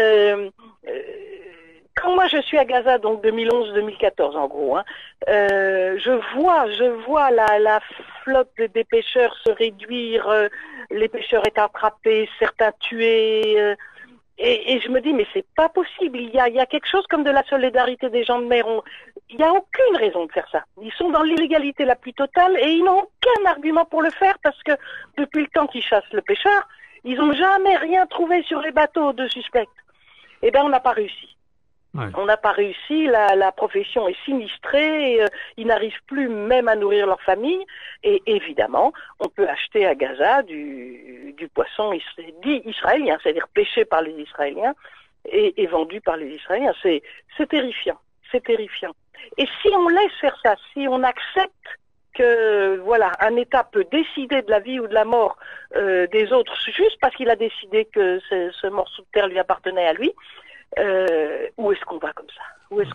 Quand moi je suis à Gaza, donc 2011-2014 en gros, hein, je vois la flotte des pêcheurs se réduire, les pêcheurs étaient attrapés, certains tués, et je me dis mais c'est pas possible, il y a quelque chose comme de la solidarité des gens de mer, il n'y a aucune raison de faire ça. Ils sont dans l'illégalité la plus totale et ils n'ont aucun argument pour le faire parce que depuis le temps qu'ils chassent le pêcheur, ils n'ont jamais rien trouvé sur les bateaux de suspects. Eh bien on n'a pas réussi. Ouais. On n'a pas réussi, la profession est sinistrée, ils n'arrivent plus même à nourrir leur famille, et évidemment, on peut acheter à Gaza du poisson dit israélien, c'est-à-dire pêché par les Israéliens et vendu par les Israéliens. C'est terrifiant, Et si on laisse faire ça, si on accepte que voilà, un État peut décider de la vie ou de la mort des autres juste parce qu'il a décidé que ce morceau de terre lui appartenait à lui, où est-ce qu'on va comme ça?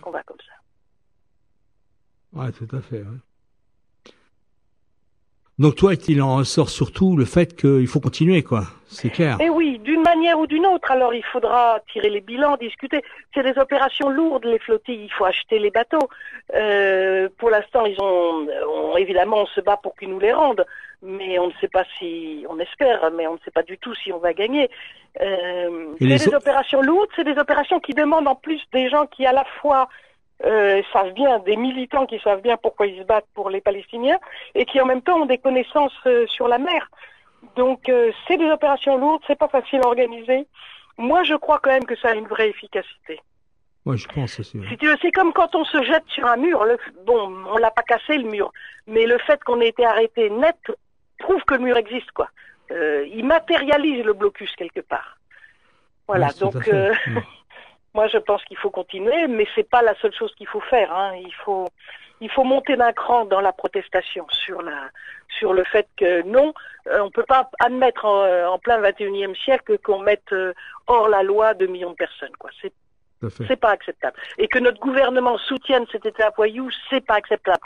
Ouais, tout à fait. Ouais. Donc toi, il en ressort surtout le fait qu'il faut continuer, quoi. C'est clair. Et oui, d'une manière ou d'une autre. Alors il faudra tirer les bilans, discuter. C'est des opérations lourdes, les flottilles. Il faut acheter les bateaux. Pour l'instant, évidemment, on se bat pour qu'ils nous les rendent. Mais on ne sait pas on espère, mais on ne sait pas du tout si on va gagner. C'est des opérations lourdes, c'est des opérations qui demandent en plus des gens qui à la fois savent bien, des militants qui savent bien pourquoi ils se battent pour les Palestiniens et qui en même temps ont des connaissances sur la mer. Donc c'est des opérations lourdes, c'est pas facile à organiser. Moi je crois quand même que ça a une vraie efficacité. Ouais, je pense aussi. Ouais. Si tu veux, c'est comme quand on se jette sur un mur. Bon, on l'a pas cassé le mur, mais le fait qu'on ait été arrêté net prouve que le mur existe, quoi. Il matérialise le blocus quelque part. Voilà, ouais, donc moi je pense qu'il faut continuer, mais c'est pas la seule chose qu'il faut faire. Hein. Il faut monter d'un cran dans la protestation sur le fait que non, on peut pas admettre en plein 21e siècle qu'on mette hors la loi 2 millions de personnes, quoi. C'est pas acceptable. Et que notre gouvernement soutienne cet État voyou, c'est pas acceptable.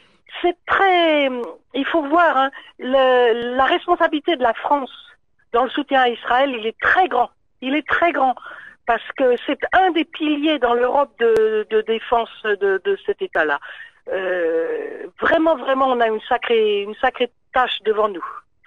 Il faut voir, hein, la responsabilité de la France dans le soutien à Israël, il est très grand. Parce que c'est un des piliers dans l'Europe de défense de cet État-là. Vraiment, on a une sacrée tâche devant nous.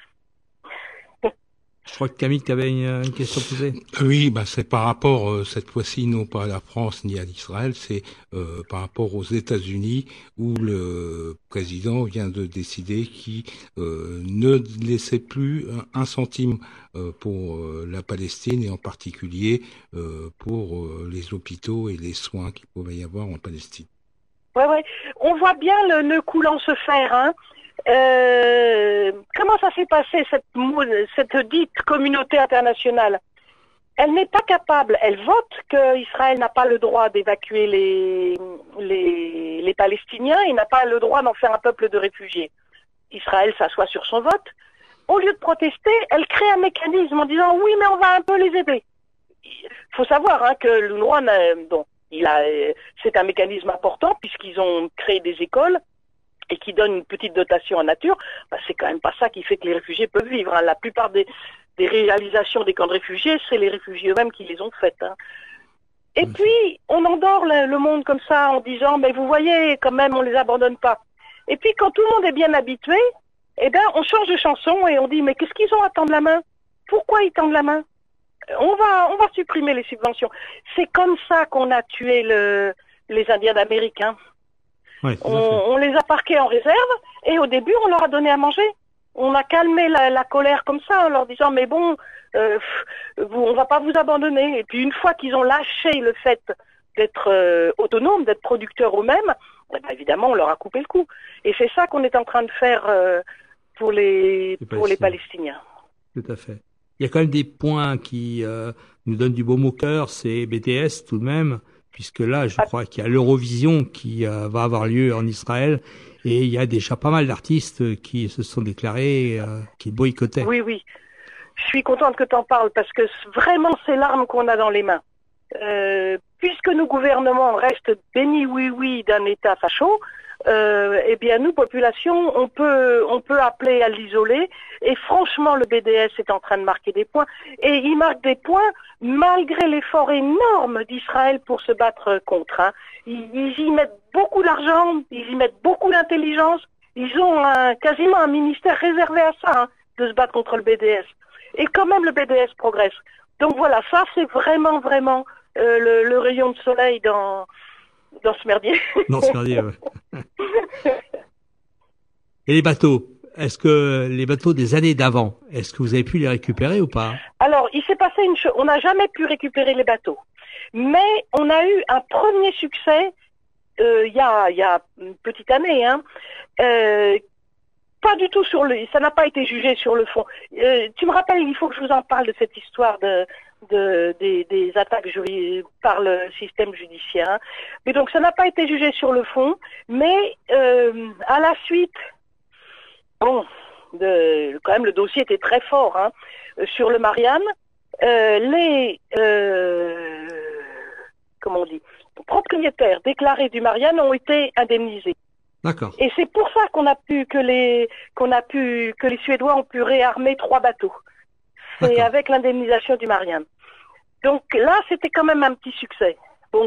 Je crois que Camille, tu avais une question posée. Oui, c'est par rapport, cette fois-ci, non pas à la France ni à l'Israël, c'est par rapport aux États-Unis où le président vient de décider qu'il ne laissait plus un centime pour la Palestine et en particulier pour les hôpitaux et les soins qu'il pouvait y avoir en Palestine. Ouais. On voit bien le nœud coulant se faire, hein. Comment ça s'est passé cette dite communauté internationale? Elle n'est pas capable, elle vote qu'Israël n'a pas le droit d'évacuer les Palestiniens et n'a pas le droit d'en faire un peuple de réfugiés. Israël s'assoit sur son vote. Au lieu de protester, elle crée un mécanisme en disant oui mais on va un peu les aider. Il faut savoir, hein, que l'UNRWA, c'est un mécanisme important puisqu'ils ont créé des écoles et qui donne une petite dotation en nature, c'est quand même pas ça qui fait que les réfugiés peuvent vivre. Hein. La plupart des réalisations des camps de réfugiés, c'est les réfugiés eux-mêmes qui les ont faites. Hein. Et puis, on endort le monde comme ça en disant, mais vous voyez, quand même, on les abandonne pas. Et puis, quand tout le monde est bien habitué, on change de chanson et on dit, mais qu'est-ce qu'ils ont à tendre la main? Pourquoi ils tendent la main? On va supprimer les subventions. C'est comme ça qu'on a tué les Indiens d'Amérique, hein. Ouais, on les a parqués en réserve et au début on leur a donné à manger. On a calmé la colère comme ça en leur disant mais bon, on va pas vous abandonner. Et puis une fois qu'ils ont lâché le fait d'être autonomes, d'être producteurs eux-mêmes, évidemment on leur a coupé le cou. Et c'est ça qu'on est en train de faire pour les Palestiniens. Tout à fait. Il y a quand même des points qui nous donnent du baume au cœur, c'est BTS tout de même, puisque là je crois qu'il y a l'Eurovision qui va avoir lieu en Israël. Et il y a déjà pas mal d'artistes qui se sont déclarés, qui boycottaient. Oui, oui. Je suis contente que tu en parles parce que vraiment c'est l'arme qu'on a dans les mains. Puisque nos gouvernements restent bénis oui d'un État facho, eh bien nous, population, on peut appeler à l'isoler. Et franchement, le BDS est en train de marquer des points. Et il marque des points malgré l'effort énorme d'Israël pour se battre contre. Hein. Ils y mettent beaucoup d'argent, ils y mettent beaucoup d'intelligence. Ils ont quasiment un ministère réservé à ça, hein, de se battre contre le BDS. Et quand même, le BDS progresse. Donc voilà, ça c'est vraiment le rayon de soleil dans ce merdier. Dans ce merdier, ouais. Et les bateaux, est-ce que les bateaux des années d'avant, est-ce que vous avez pu les récupérer ou pas? Alors, il s'est passé une chose, on n'a jamais pu récupérer les bateaux. Mais on a eu un premier succès il y a une petite année, hein. Pas du tout ça n'a pas été jugé sur le fond. Tu me rappelles, il faut que je vous en parle de cette histoire des attaques par le système judiciaire. Hein. Mais donc ça n'a pas été jugé sur le fond, mais à la suite, bon, quand même le dossier était très fort, hein, sur le Marianne. Comment on dit, propriétaires déclarés du Marianne ont été indemnisés. D'accord. Et c'est pour ça que les Suédois ont pu réarmer 3 bateaux. C'est avec l'indemnisation du Marianne. Donc là, c'était quand même un petit succès. Bon,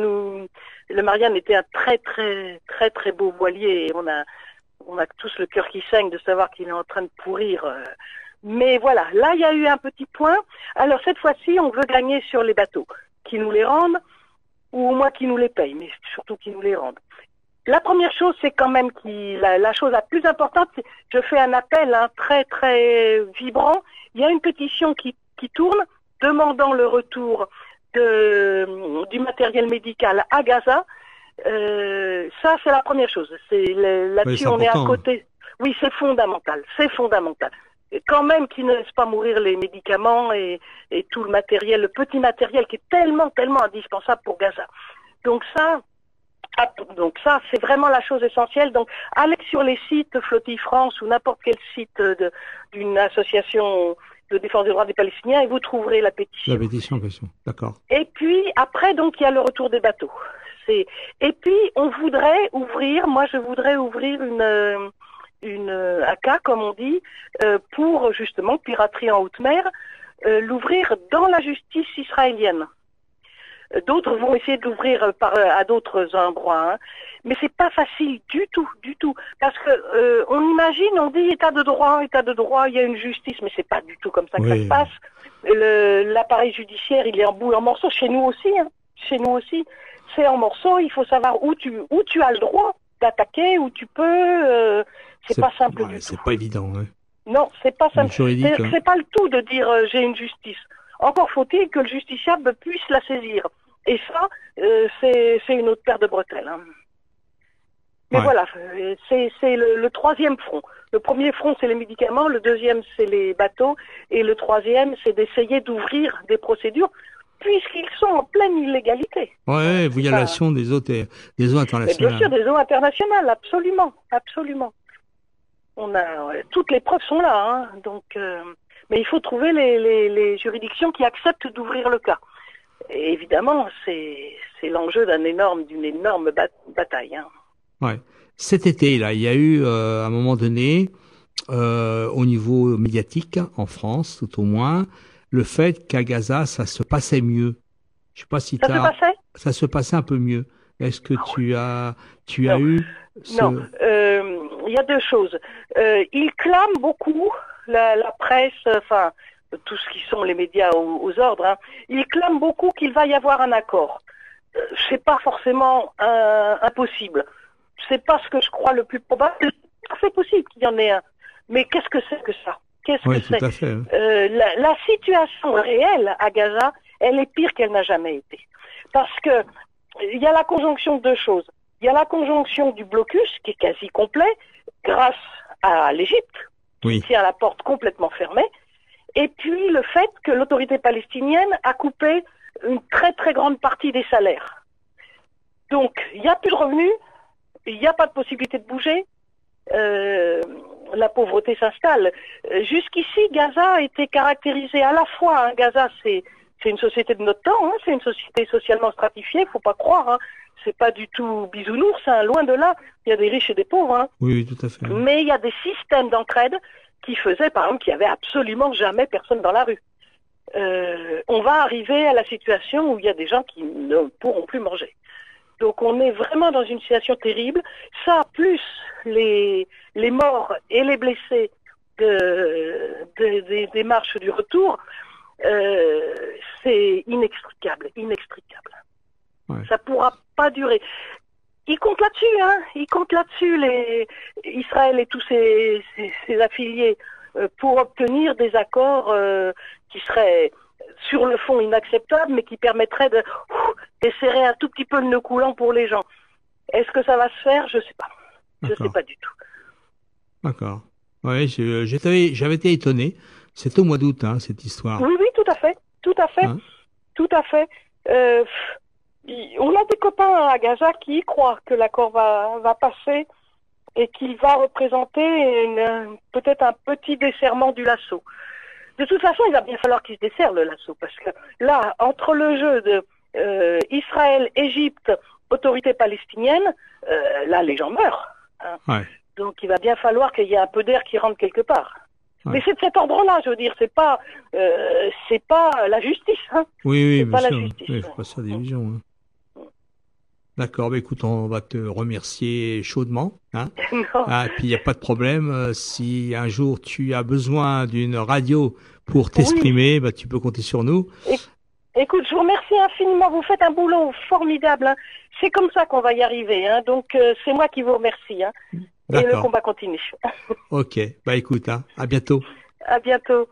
le Marianne était un très beau voilier et on a tous le cœur qui saigne de savoir qu'il est en train de pourrir. Mais voilà, là, il y a eu un petit point. Alors cette fois-ci, on veut gagner sur les bateaux, qui nous les rendent, ou au moins qui nous les payent, mais surtout qui nous les rendent. La première chose, c'est quand même la chose la plus importante, je fais un appel, hein, très vibrant. Il y a une pétition qui tourne demandant le retour du matériel médical à Gaza. Ça, c'est la première chose. Là-dessus, on est à côté. Oui, c'est fondamental. Et quand même qu'ils ne laissent pas mourir les médicaments et tout le petit matériel qui est tellement indispensable pour Gaza. Donc ça, c'est vraiment la chose essentielle. Donc, allez sur les sites Flottille France ou n'importe quel site d'une association de défense des droits des Palestiniens et vous trouverez la pétition. La pétition, d'accord. Et puis, après, donc, il y a le retour des bateaux. Et puis, je voudrais ouvrir un cas, comme on dit, pour justement piraterie en haute mer, l'ouvrir dans la justice israélienne. D'autres vont essayer de l'ouvrir à d'autres endroits, hein. Mais c'est pas facile du tout, parce que on imagine, on dit état de droit, il y a une justice, mais c'est pas du tout comme ça que ça se passe. L'appareil judiciaire, il est en morceaux, chez nous aussi, c'est en morceaux. Il faut savoir où tu as le droit d'attaquer, où tu peux. C'est pas simple du tout. C'est pas évident, hein. Non, c'est pas simple. Juridique, c'est pas le tout de dire j'ai une justice. Encore faut-il que le justiciable puisse la saisir. Et ça, c'est une autre paire de bretelles. Hein. Mais voilà, c'est le troisième front. Le premier front, c'est les médicaments, le deuxième, c'est les bateaux, et le troisième, c'est d'essayer d'ouvrir des procédures, puisqu'ils sont en pleine illégalité. Ouais, violation des eaux internationales. Mais bien sûr, des eaux internationales, absolument. Toutes les preuves sont là, hein, donc... Mais il faut trouver les juridictions qui acceptent d'ouvrir le cas. Et évidemment, c'est l'enjeu d'une énorme bataille. Hein. Ouais. Cet été, là, il y a eu, à un moment donné, au niveau médiatique, en France, tout au moins, le fait qu'à Gaza, ça se passait mieux. Je sais pas si ça se passait un peu mieux. Est-ce que tu as eu Non. Il y a deux choses. Ils clament beaucoup, la presse, enfin, tout ce qui sont les médias aux ordres, hein, ils clament beaucoup qu'il va y avoir un accord. C'est pas forcément impossible. C'est pas ce que je crois le plus probable. C'est possible qu'il y en ait un. Mais qu'est-ce que c'est que ça? Qu'est-ce Oui, que tout c'est? à fait. La situation réelle à Gaza, elle est pire qu'elle n'a jamais été. Parce que il y a la conjonction de deux choses. Il y a la conjonction du blocus, qui est quasi complet, grâce à l'Égypte, qui tient la porte complètement fermée, et puis le fait que l'autorité palestinienne a coupé une très très grande partie des salaires. Donc, il n'y a plus de revenus, il n'y a pas de possibilité de bouger, la pauvreté s'installe. Jusqu'ici, Gaza a été caractérisé à la fois, hein, Gaza c'est une société de notre temps, hein, c'est une société socialement stratifiée, faut pas croire, hein, c'est pas du tout bisounours, hein, loin de là, il y a des riches et des pauvres. Hein. Oui, tout à fait. Mais il y a des systèmes d'entraide qui faisaient, par exemple, qu'il n'y avait absolument jamais personne dans la rue. On va arriver à la situation où il y a des gens qui ne pourront plus manger. Donc on est vraiment dans une situation terrible. Ça, plus les morts et les blessés des marches du retour, c'est inextricable. Ouais. Ça pourra pas durer. Ils comptent là-dessus, hein. Ils comptent là-dessus, Israël et tous ses affiliés, pour obtenir des accords qui seraient sur le fond inacceptables, mais qui permettraient de desserrer un tout petit peu le nœud coulant pour les gens. Est-ce que ça va se faire? Je sais pas. Je sais pas du tout. D'accord. Oui, j'avais été étonné. C'est au mois d'août, hein, cette histoire. Oui, tout à fait. Hein? Tout à fait. On a des copains à Gaza qui y croient que l'accord va passer et qu'il va représenter peut-être un petit desserrement du lasso. De toute façon, il va bien falloir qu'il se desserre le lasso, parce que là, entre le jeu de Israël, Égypte, autorité palestinienne, là, les gens meurent. Hein. Ouais. Donc, il va bien falloir qu'il y ait un peu d'air qui rentre quelque part. Ouais. Mais c'est de cet ordre-là, je veux dire, c'est pas la justice. Hein. Oui, bien sûr. Il faut pas se faire d'illusions. Hein. D'accord, bah écoute, on va te remercier chaudement. Hein. Puis il n'y a pas de problème. Si un jour tu as besoin d'une radio pour t'exprimer, bah tu peux compter sur nous. Écoute, je vous remercie infiniment. Vous faites un boulot formidable. Hein. C'est comme ça qu'on va y arriver. Hein. Donc c'est moi qui vous remercie. Hein. Et le combat continue. Ok, bah écoute, hein. À bientôt. À bientôt.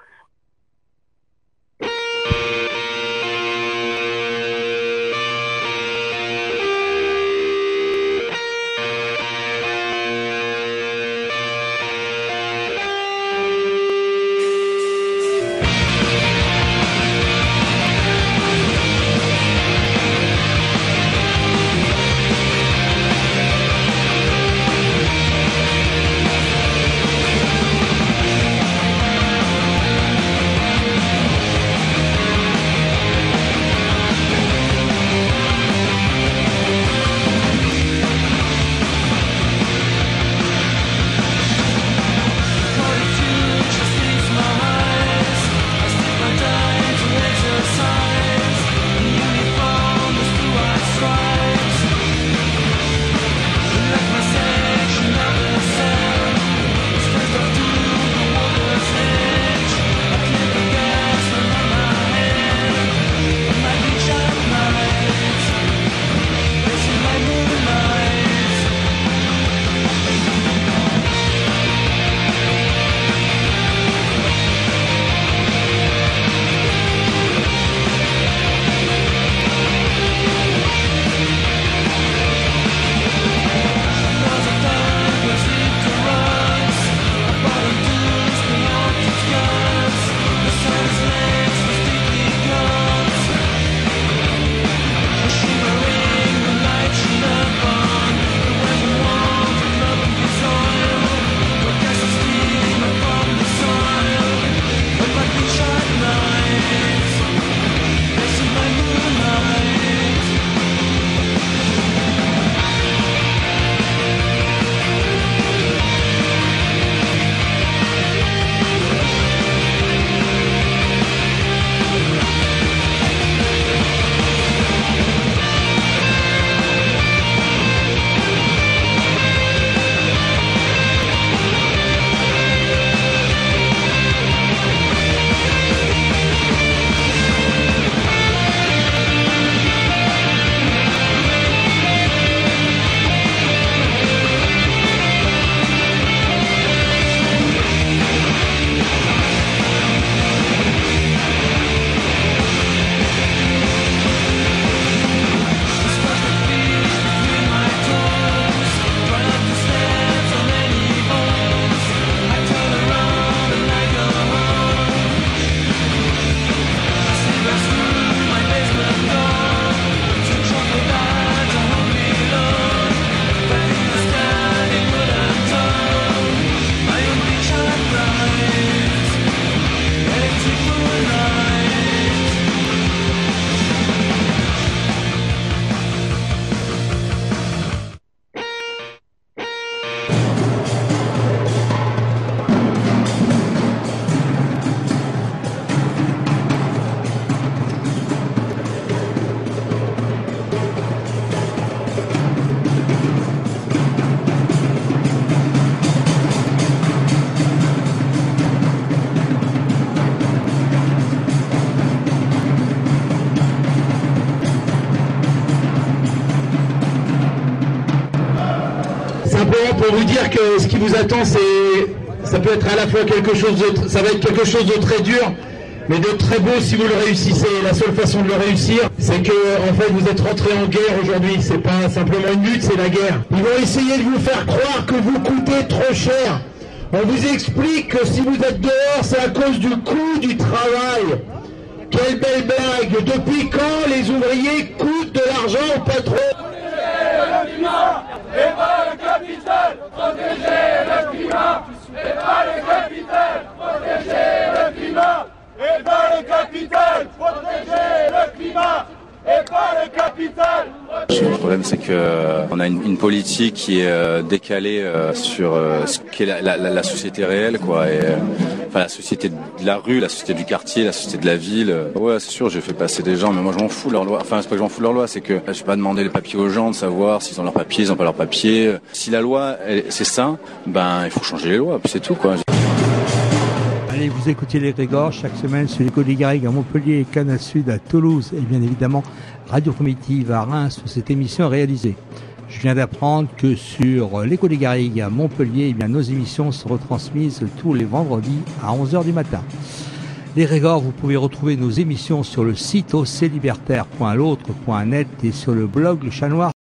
simplement pour vous dire que ce qui vous attend, ça peut être à la fois ça va être quelque chose de très dur, mais de très beau si vous le réussissez. La seule façon de le réussir, c'est que en fait vous êtes rentré en guerre aujourd'hui. C'est pas simplement une lutte, c'est la guerre. Ils vont essayer de vous faire croire que vous coûtez trop cher. On vous explique que si vous êtes dehors, c'est à cause du coût du travail. Quelle belle blague! Depuis quand les ouvriers coûtent de l'argent au patron? Le climat et pas le capital, protéger le climat et pas le capital, protéger le climat et pas le capital, protéger le climat et pas le capital. Le problème, c'est que on a une politique qui est décalée sur ce qu'est la société réelle, quoi. Et enfin, la société de la rue, la société du quartier, la société de la ville. Ouais, c'est sûr, j'ai fait passer des gens, mais moi je m'en fous de leur loi. Enfin, c'est pas que je m'en fous de leur loi, c'est que je vais pas demander les papiers aux gens de savoir s'ils ont leurs papiers, ils ont pas leurs papiers. Si la loi, c'est ça, ben il faut changer les lois, puis c'est tout, quoi. Allez, vous écoutez les Grégor chaque semaine sur l'Écho des Garrigues à Montpellier et Canal Sud à Toulouse et bien évidemment Radio Primitive à Reims où cette émission est réalisée. Je viens d'apprendre que sur l'Écho des Garrigues à Montpellier, eh bien, nos émissions sont retransmises tous les vendredis à 11h du matin. Les Grégor, vous pouvez retrouver nos émissions sur le site oclibertaire.l'autre.net et sur le blog Le Chat Noir.